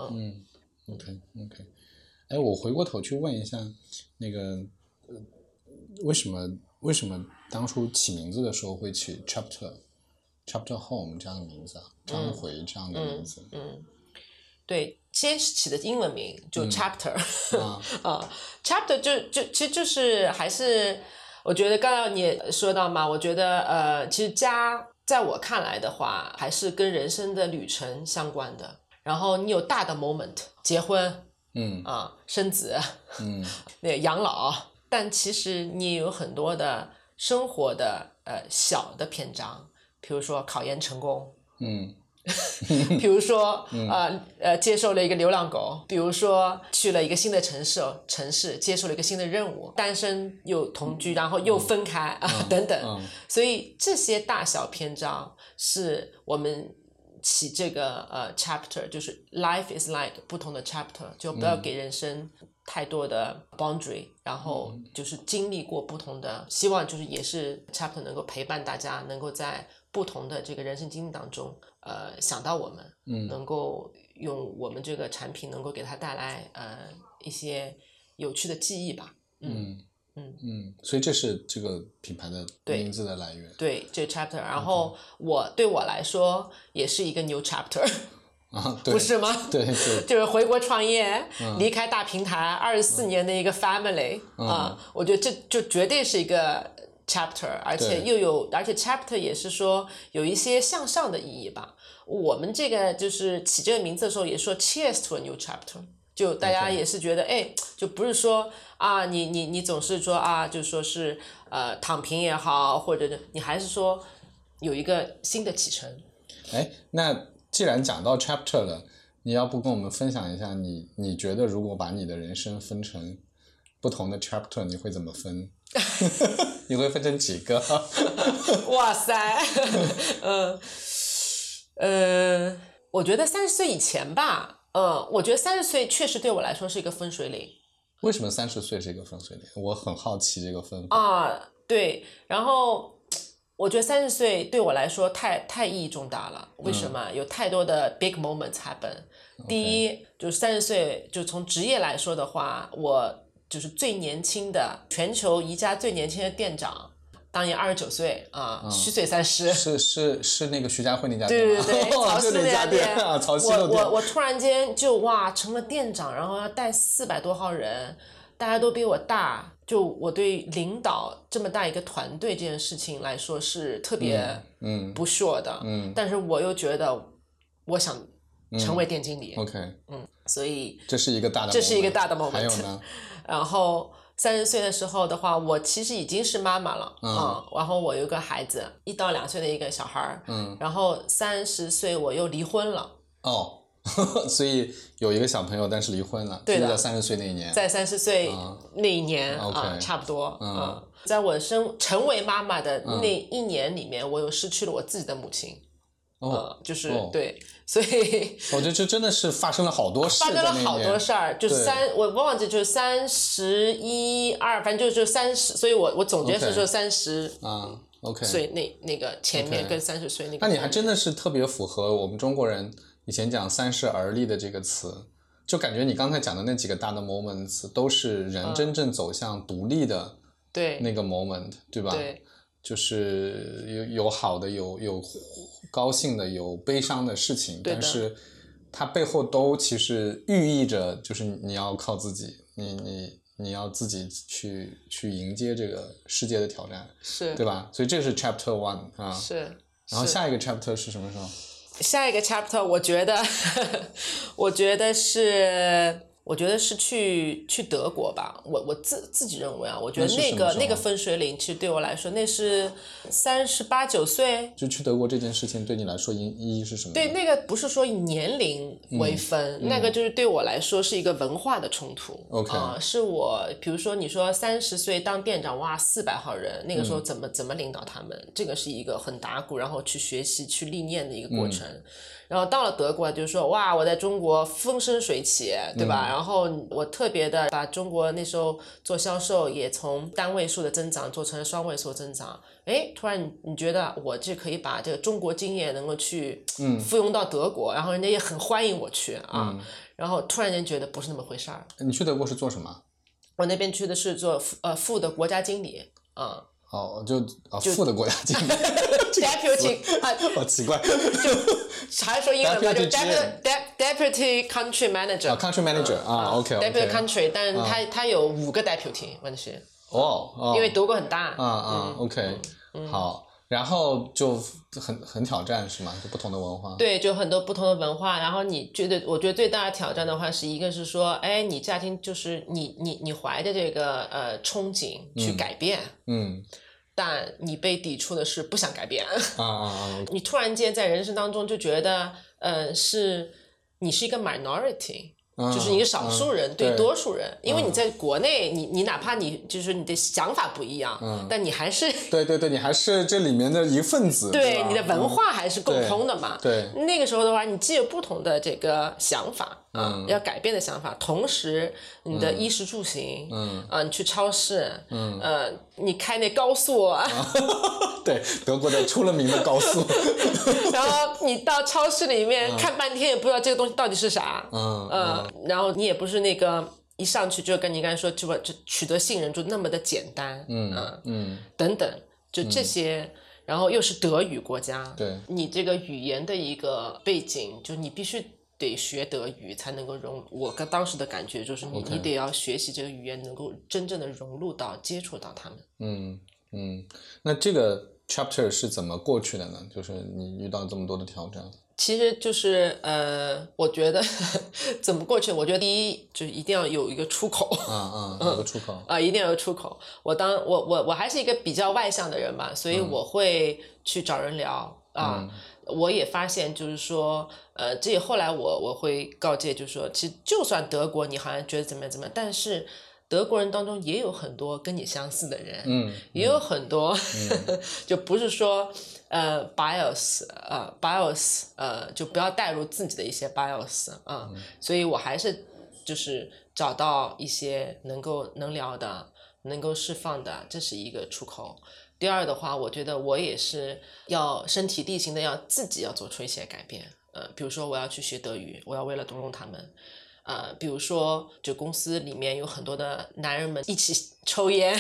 OK， 哎，我回过头去问一下，那个为什么当初起名字的时候会起 Chapter Home 这样的名字啊？章回这样的名字？ 对，先起的英文名就 Chapter，Chapter 其实就是还是我觉得刚刚你也说到嘛，我觉得其实家在我看来的话，还是跟人生的旅程相关的。然后你有大的 moment， 结婚，生子，养老，但其实你也有很多的生活的小的篇章，比如说考研成功，比如说接受了一个流浪狗，比如说去了一个新的城市接受了一个新的任务，单身又同居，然后又分开等等，所以这些大小篇章是我们起这个chapter， 就是 life is like 不同的 chapter， 就不要给人生太多的 boundary，然后就是经历过不同的，希望就是也是 chapter 能够陪伴大家，能够在不同的这个人生经历当中想到我们，能够用我们这个产品能够给他带来一些有趣的记忆吧。 所以这是这个品牌的名字的来源。 对，这 chapter， 然后对我来说也是一个 new chapter。 对， 不是吗？ 对， 就是回国创业，离开大平台24年的一个 family，我觉得这就绝对是一个 chapter， 而且chapter 也是说有一些向上的意义吧。我们这个就是起这个名字的时候也说 cheers to a new chapter， 就大家也是觉得就不是说你总是说就说是躺平也好，或者你还是说有一个新的启程。 那既然讲到 chapter 了，你要不跟我们分享一下你觉得如果把你的人生分成不同的 chapter， 你会怎么分？你会分成几个？ 哇塞，我觉得30岁以前吧，我觉得30岁确实对我来说是一个分水岭。 为什么30岁是一个分水岭？我很好奇这个分法。 对，然后我觉得30岁对我来说太意义重大了。为什么？有太多的 big moments happen。第一，就是30岁，就从职业来说的话，我就是最年轻的全球宜家最年轻的店长。当年29岁虚岁30， 是那个徐家汇那家店吗？ 对，曹溪那家店曹溪的店。 我突然间就成了店长，然后要带400多号人，大家都比我大，就我对领导这么大一个团队这件事情来说是特别不 sure 的，但是我又觉得我想成为店经理 ，OK， 所以这是一个大的 moment， 还有呢？ 然后30岁的时候的话，我其实已经是妈妈了，然后我有个孩子，1到2岁的一个小孩，然后30岁我又离婚了。 所以有一个小朋友，但是离婚了， 对的， 就在30岁那一年， 在30岁那一年差不多，在我成为妈妈的那1年里面，我又失去了我自己的母亲。就是对，所以我觉得这真的是发生了好多事， 发生了好多事儿，就我忘记就是31、2，反正就30，所以我总结是说30岁那个前面跟30岁那个。 那你还真的是特别符合我们中国人以前讲30而立的这个词， 就感觉你刚才讲的那几个大的 moments 都是人真正走向独立的对那个 moment， 对吧？ 对， 就是有好的，有高兴的，有悲伤的事情，但是它背后都其实寓意着，就是你要靠自己，你要自己去迎接这个世界的挑战， 是， 对吧？所以这是 Chapter 1啊。 是。 然后下一个 Chapter 是什么时候？ 下一个 chapter 我觉得是去德国吧，我自己认为啊，我觉得那个分水岭，其实对我来说，那是38、9岁。 就去德国这件事情对你来说意义是什么？ 对，那个不是说以年龄为分，那个就是对我来说是一个文化的冲突。 OK， 是我，比如说你说30岁当店长，哇，400号人，那个时候怎么领导他们？这个是一个很打鼓，然后去学习、去历练的一个过程。然后到了德国，就是说哇，我在中国风生水起，对吧？然后我特别的把中国那时候做销售也从单位数的增长做成了双位数的增长。哎，突然你觉得我这可以把这个中国经验能够去复用到德国，然后人家也很欢迎我去啊。然后突然间觉得不是那么回事儿。 你去德国是做什么？ 我那边去的是做副的国家经理啊。 副的国家经理 ，deputy 好奇怪， 就还是说英文吧，就 deputy country manager。country manager OK deputy country， 但是他有5个 deputy， 问题是因为德国很大 OK，好，然后就很挑战是吗？就不同的文化。 对，就很多不同的文化。然后我觉得最大的挑战的话，是一个是说，哎，你家庭就是你怀着这个憧憬去改变，但你被抵触的是不想改变你突然间在人生当中就觉得你是一个 minority，就是你是少数人对多数人，因为你在国内你哪怕你就是你的想法不一样，但你还是对，你还是这里面的一份子， 对，你的文化还是共通的嘛。 对， 那个时候的话，你既有不同的这个想法要改变的想法，同时你的衣食住行，你去超市，你开那高速对，德国的出了名的高速然后你到超市里面看半天也不知道这个东西到底是啥，然后你也不是那个一上去就跟你刚才说就取得信任就那么的简单，等等，就这些。然后又是德语国家， 对， 你这个语言的一个背景，就你必须得学德语才能够我当时的感觉就是你得要学习这个语言，能够真正的融入到接触到他们。 那这个 chapter 是怎么过去的呢？就是你遇到这么多的挑战。 其实就是我觉得怎么过去？我觉得第一就是一定要有一个出口有个出口一定要有出口。我还是一个比较外向的人吧，所以我会去找人聊我也发现就是说这也后来我会告诫，就是说其实就算德国你好像觉得怎么样，但是德国人当中也有很多跟你相似的人，也有很多就不是说bias 就不要带入自己的一些 bias 所以我还是就是找到一些能聊的能够释放的，这是一个出口。第二的话，我觉得我也是要身体力行的要自己要做出一些改变，比如说我要去学德语，我要为了融入他们，比如说就公司里面有很多的男人们一起抽烟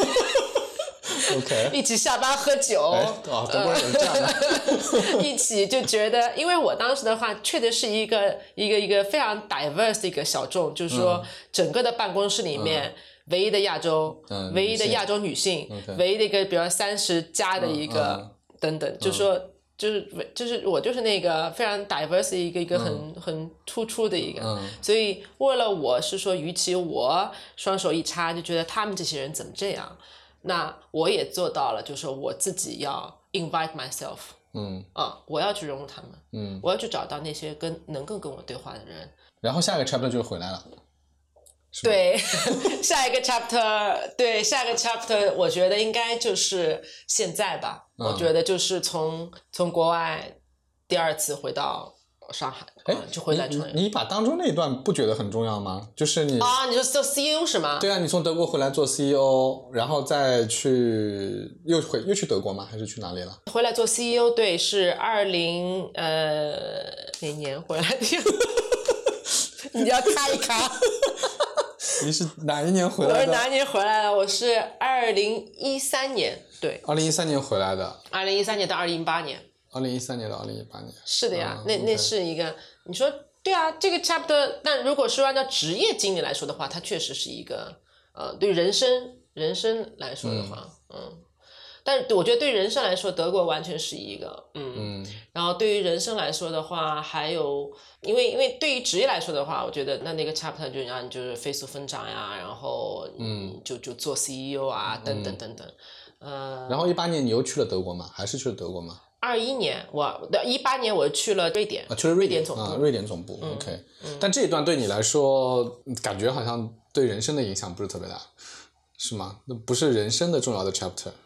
OK， 一起下班喝酒， 德国人有这样的一起就觉得，因为我当时的话，确实是一个非常 diverse 的一个小众，就是说整个的办公室里面。唯一的亚洲，唯一的亚洲女性，唯一的一个比如30+的一个等等，就说就是我就是那个非常 diverse 的一个很突出的一个，所以为了我是说，与其我双手一插就觉得他们这些人怎么这样，那我也做到了，就是我自己要 invite myself，我要去融入他们，我要去找到那些能够跟我对话的人， 然后下一个 chapter 就回来了。 对，下一个 chapter，我觉得应该就是现在吧。我觉得就是从国外第2次回到上海，就回来创业。 你把当中那一段不觉得很重要吗？就是你你说做 CEO 是吗？ 对啊，你从德国回来做 CEO， 然后再去又去德国吗？还是去哪里了？ 回来做 CEO， 对，是哪年回来的？ 你要卡一卡。 你是哪一年回来的？ 我是哪一年回来的？我是2013年，对 ，2013年回来的。 2013年到2018年。 2013年到2018年。 是的呀，那 OK 是一个，你说对啊，这个 chapter， 但如果是按照职业经理来说的话，它确实是一个对人生来说的话，但我觉得对人生来说，德国完全是一个，然后对于人生来说的话，还有，因为对于职业来说的话，我觉得那个 chapter 就让你就是飞速增长呀，然后就做 CEO 啊，等等等等， 然后18年你又去了德国吗？还是去了德国吗 21年18年我去了瑞典， 去了瑞典总部， 瑞典总部，OK。但这一段对你来说，感觉好像对人生的影响不是特别大，是吗？那不是人生的重要的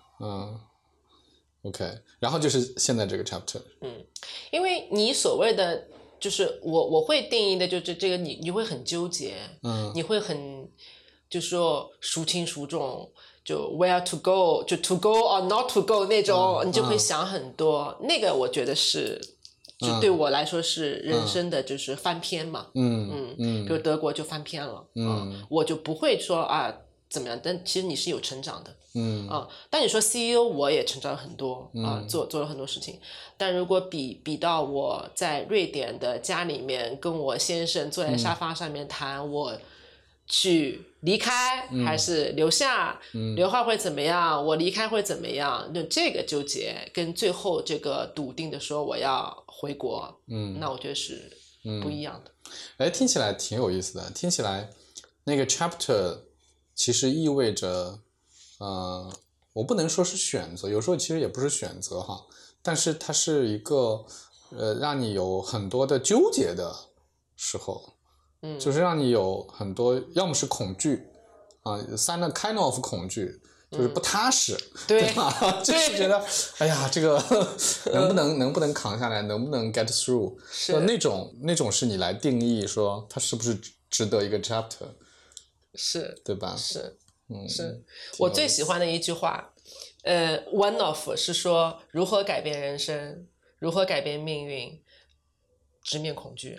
chapter。OK， 然后就是现在这个 chapter。 因为你所谓的就是我会定义的就是这个你会很纠结，你会很就是说孰轻孰重，就 where to go， 就 to go or not to go 那种，你就会想很多。那个我觉得是，就对我来说是人生的就是翻篇嘛，比如德国就翻篇了，我就不会说啊怎么样，但其实你是有成长的，但你说 CEO 我也成长了很多做了很多事情，但如果比到我在瑞典的家里面跟我先生坐在沙发上面谈我去离开还是留下，留下会怎么样，我离开会怎么样，就这个纠结跟最后这个笃定的说我要回国，那我觉得是不一样的。 听起来挺有意思的，听起来那个 chapter 其实意味着我不能说是选择，有时候其实也不是选择哈，但是它是一个让你有很多的纠结的时候，就是让你有很多要么是恐惧kind of 恐惧，就是不踏实，对吧？就是觉得哎呀这个能不能扛下来，能不能 get through， 是那种是你来定义说它是不是值得一个 chapter， 是对吧？ 是我最喜欢的一句话one of 是说如何改变人生，如何改变命运，直面恐惧，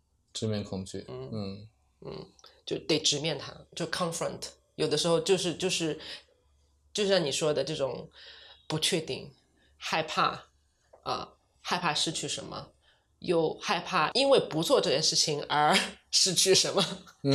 就得直面它，就 confront， 有的时候就是像你说的这种不确定，害怕害怕失去什么，又害怕因为不做这件事情而失去什么，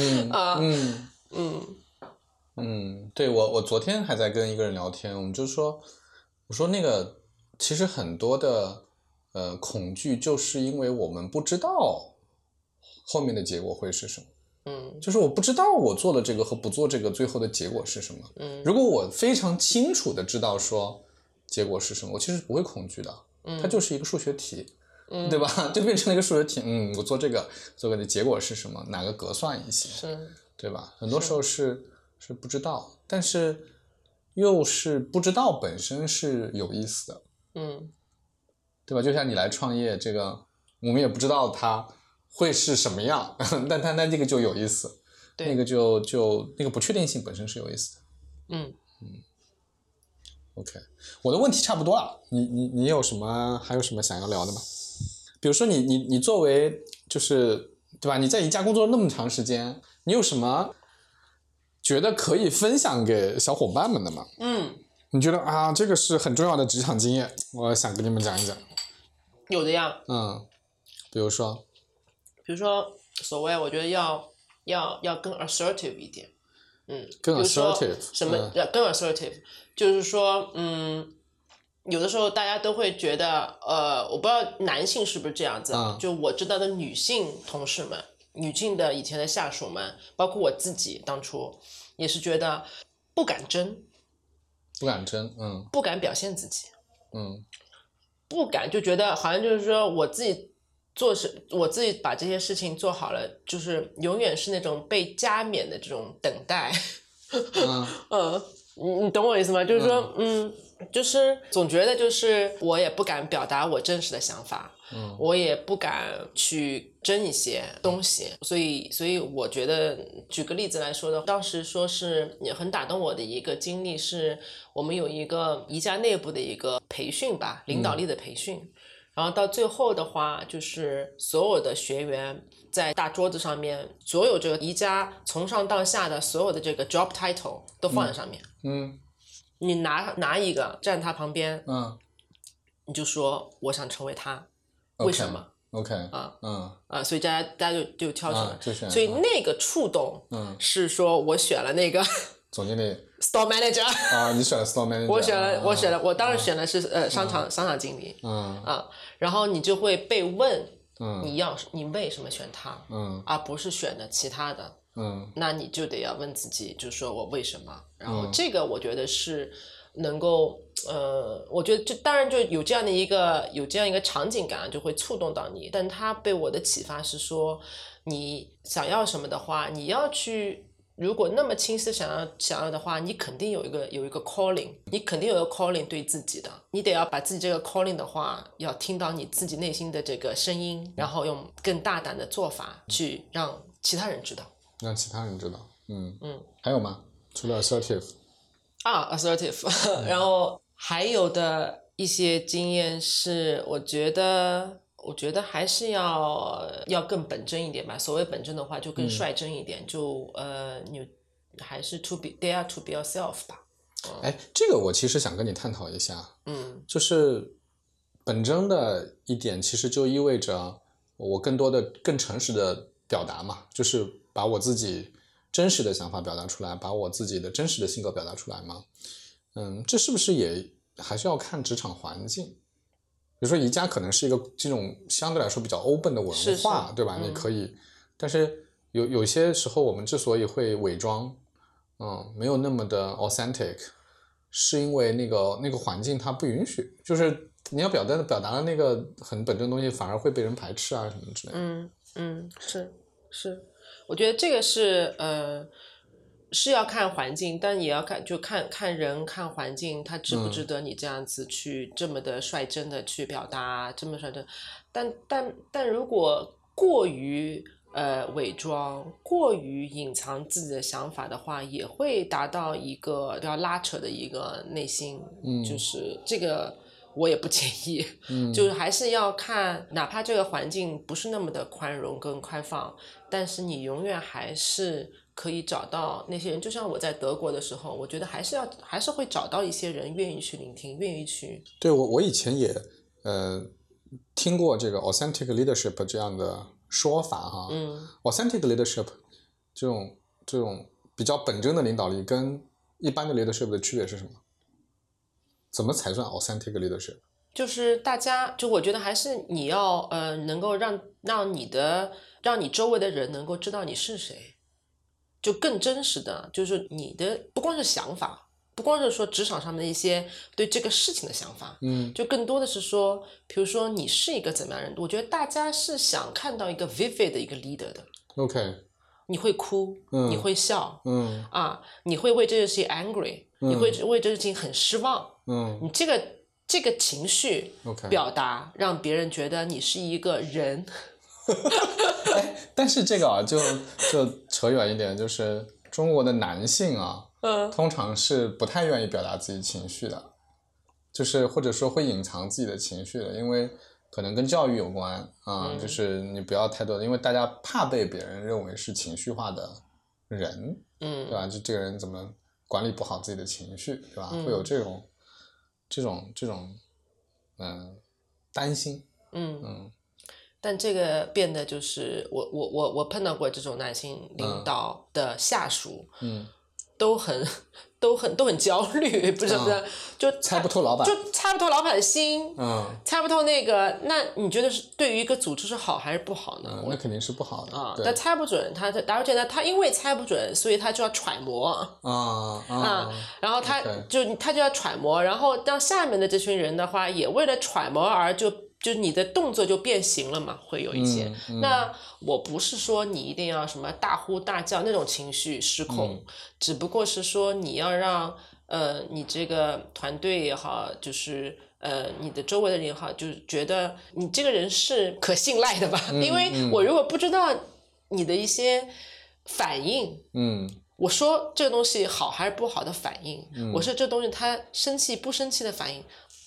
对，我昨天还在跟一个人聊天，我们就说，我说那个其实很多的恐惧就是因为我们不知道后面的结果会是什么，就是我不知道我做了这个和不做这个最后的结果是什么，如果我非常清楚的知道说结果是什么，我其实不会恐惧的，它就是一个数学题，对吧？就变成了一个数学题，我做这个的结果是什么，哪个格算一些，对吧？很多时候是不知道，但是又是不知道本身是有意思的，对吧？就像你来创业，这个我们也不知道它会是什么样，但它那个就有意思，那个就那个不确定性本身是有意思的。OK， 我的问题差不多了，你有什么还有什么想要聊的吗？比如说你作为就是对吧？你在宜家工作那么长时间，你有什么觉得可以分享给小伙伴们的吗？你觉得这个是很重要的职场经验，我想跟你们讲一讲。 有的呀， 比如说所谓我觉得要更 assertive 一点， 更 assertive 什么更 assertive，就是说有的时候大家都会觉得我不知道男性是不是这样子，就我知道的女性同事们，女性的以前的下属们，包括我自己当初也是觉得不敢争，不敢表现自己，不敢，就觉得好像就是说我自己把这些事情做好了，就是永远是那种被加冕的这种等待。你懂我意思吗？就是说，就是总觉得就是我也不敢表达我真实的想法，我也不敢去争一些东西，所以我觉得举个例子来说的，当时说是也很打动我的一个经历，是我们有一个宜家内部的一个培训吧，领导力的培训。 然后到最后的话，就是所有的学员在大桌子上面，所有这个宜家从上到下的所有的这个 job title 都放在上面。你拿一个站他旁边，你就说我想成为他，为什么 ？OK， 所以大家就挑出来，所以那个触动，是说我选了那个总经理 store manager 你选了 store manager， 我当然选的是商场经理，然后你就会被问，你为什么选他，而不是选的其他的，那你就得要问自己，就是说我为什么，然后这个我觉得是能够。我觉得这当然就有这样一个场景感，就会触动到你。但它被我的启发是说，你想要什么的话，你要去，如果那么清晰想要的话，你肯定有一个 calling， 你肯定有一个 calling 对自己的，你得要把自己这个 calling 的话，要听到你自己内心的这个声音，然后用更大胆的做法去让其他人知道。 让其他人知道，还有吗？除了 assertive。 assertive， 然后还有的一些经验是，我觉得还是要更本真一点吧。所谓本真的话，就更率真一点，你还是 dare to be yourself 吧。 这个我其实想跟你探讨一下，就是本真的一点，其实就意味着我更诚实的表达嘛，就是把我自己真实的想法表达出来，把我自己的真实的性格表达出来嘛。这是不是也还是要看职场环境？比如说宜家可能是一个这种相对来说比较 open 的文化，对吧？你可以，但是有些时候我们之所以会伪装，没有那么的 authentic， 是因为那个环境它不允许，就是你要表达的那个很本真的东西，反而会被人排斥啊什么之类的。 是。我觉得这个是要看环境，但也要看人看环境，他值不值得你这样子去这么的率真的去表达，这么率真。但如果过于伪装，过于隐藏自己的想法的话，也会达到一个要拉扯的一个内心，就是这个。我也不建议，就是还是要看，哪怕这个环境不是那么的宽容跟开放，但是你永远还是可以找到那些人。就像我在德国的时候，我觉得还是会找到一些人愿意去聆听，愿意去。 对，我以前也听过这个 authentic leadership 这样的说法哈。authentic leadership 这种比较本真的领导力跟一般的 leadership 的区别是什么？怎么才算 authentic leadership？ 就是大家，就我觉得还是你要能够让你周围的人能够知道你是谁，就更真实的，就是你的不光是想法，不光是说职场上的一些对这个事情的想法，就更多的是说，比如说你是一个怎么样的人，我觉得大家是想看到一个 vivid 的一个 leader 的。 OK。 你会哭，你会笑，你会为这件事情 angry，你会为这件事情很失望，你这个情绪表达，让别人觉得你是一个人。 但是这个就扯远一点，就是中国的男性通常是不太愿意表达自己情绪的，就是或者说会隐藏自己的情绪的，因为可能跟教育有关就是你不要太多的，因为大家怕被别人认为是情绪化的人，对吧？就这个人怎么管理不好自己的情绪，对吧？会有这种担心。 但这个变得就是我碰到过这种男性领导的下属，都很焦虑，不是就猜不透老板， 就猜不透老板的心，猜不透那个。那你觉得是对于一个组织是好还是不好呢？ 那肯定是不好的他猜不准，而且呢，他因为猜不准，所以他就要揣摩然后他就要揣摩，然后让下面的这群人的话，也为了揣摩而就你的动作就变形了嘛，会有一些。那我不是说你一定要什么大呼大叫那种情绪失控，只不过是说你要让你这个团队也好，就是你的周围的人也好，就是觉得你这个人是可信赖的吧。因为我如果不知道你的一些反应，我说这个东西好还是不好的反应，我说这东西他生气不生气的反应，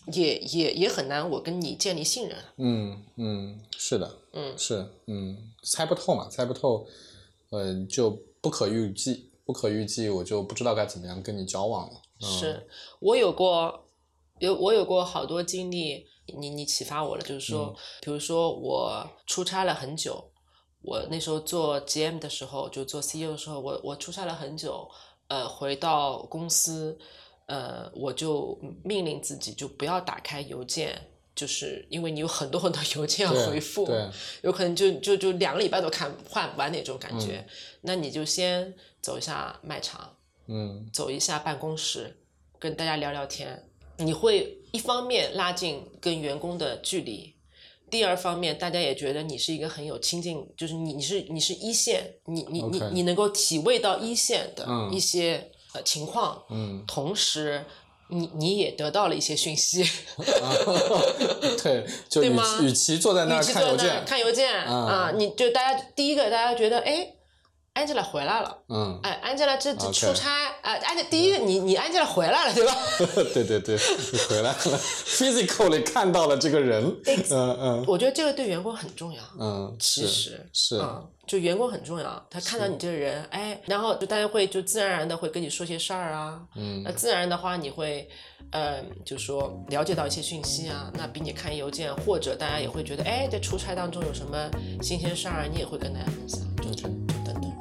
也很难我跟你建立信任。 是的，猜不透嘛，猜不透，就不可预计，我就不知道该怎么样跟你交往了。 是我有过好多经历，你启发我了，就是说，比如说我出差了很久，我那时候做 GM 的时候，就做 CEO 的时候，我出差了很久，回到公司，我就命令自己就不要打开邮件，就是因为你有很多很多邮件要回复， 对， 有可能就2个礼拜都看不完那种感觉，那你就先走一下卖场，走一下办公室，跟大家聊聊天，你会一方面拉近跟员工的距离，第二方面大家也觉得你是一个很有亲近，就是你是一线，你能够体味到一线的一些情况，同时你也得到了一些讯息， 对，就与其坐在那儿看邮件你就大家第一个大家觉得Angela 回来了，Angela 这出差第一个你 Angela 回来了，对吧？ 对，回来了，physically 看到了这个人， 我觉得这个对员工很重要，其实是， 就员工很重要，他看到你这个人，然后就大家会就自然而然的会跟你说些事儿啊，那自然的话你会就说了解到一些讯息啊，那比你看邮件，或者大家也会觉得在出差当中有什么新鲜事儿，你也会跟大家分享，就等等。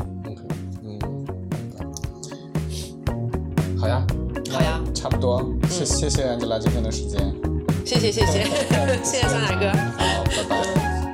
好呀，差不多，谢谢 Angela 今天的时间， 谢谢谢谢酸奶哥， 好，拜拜。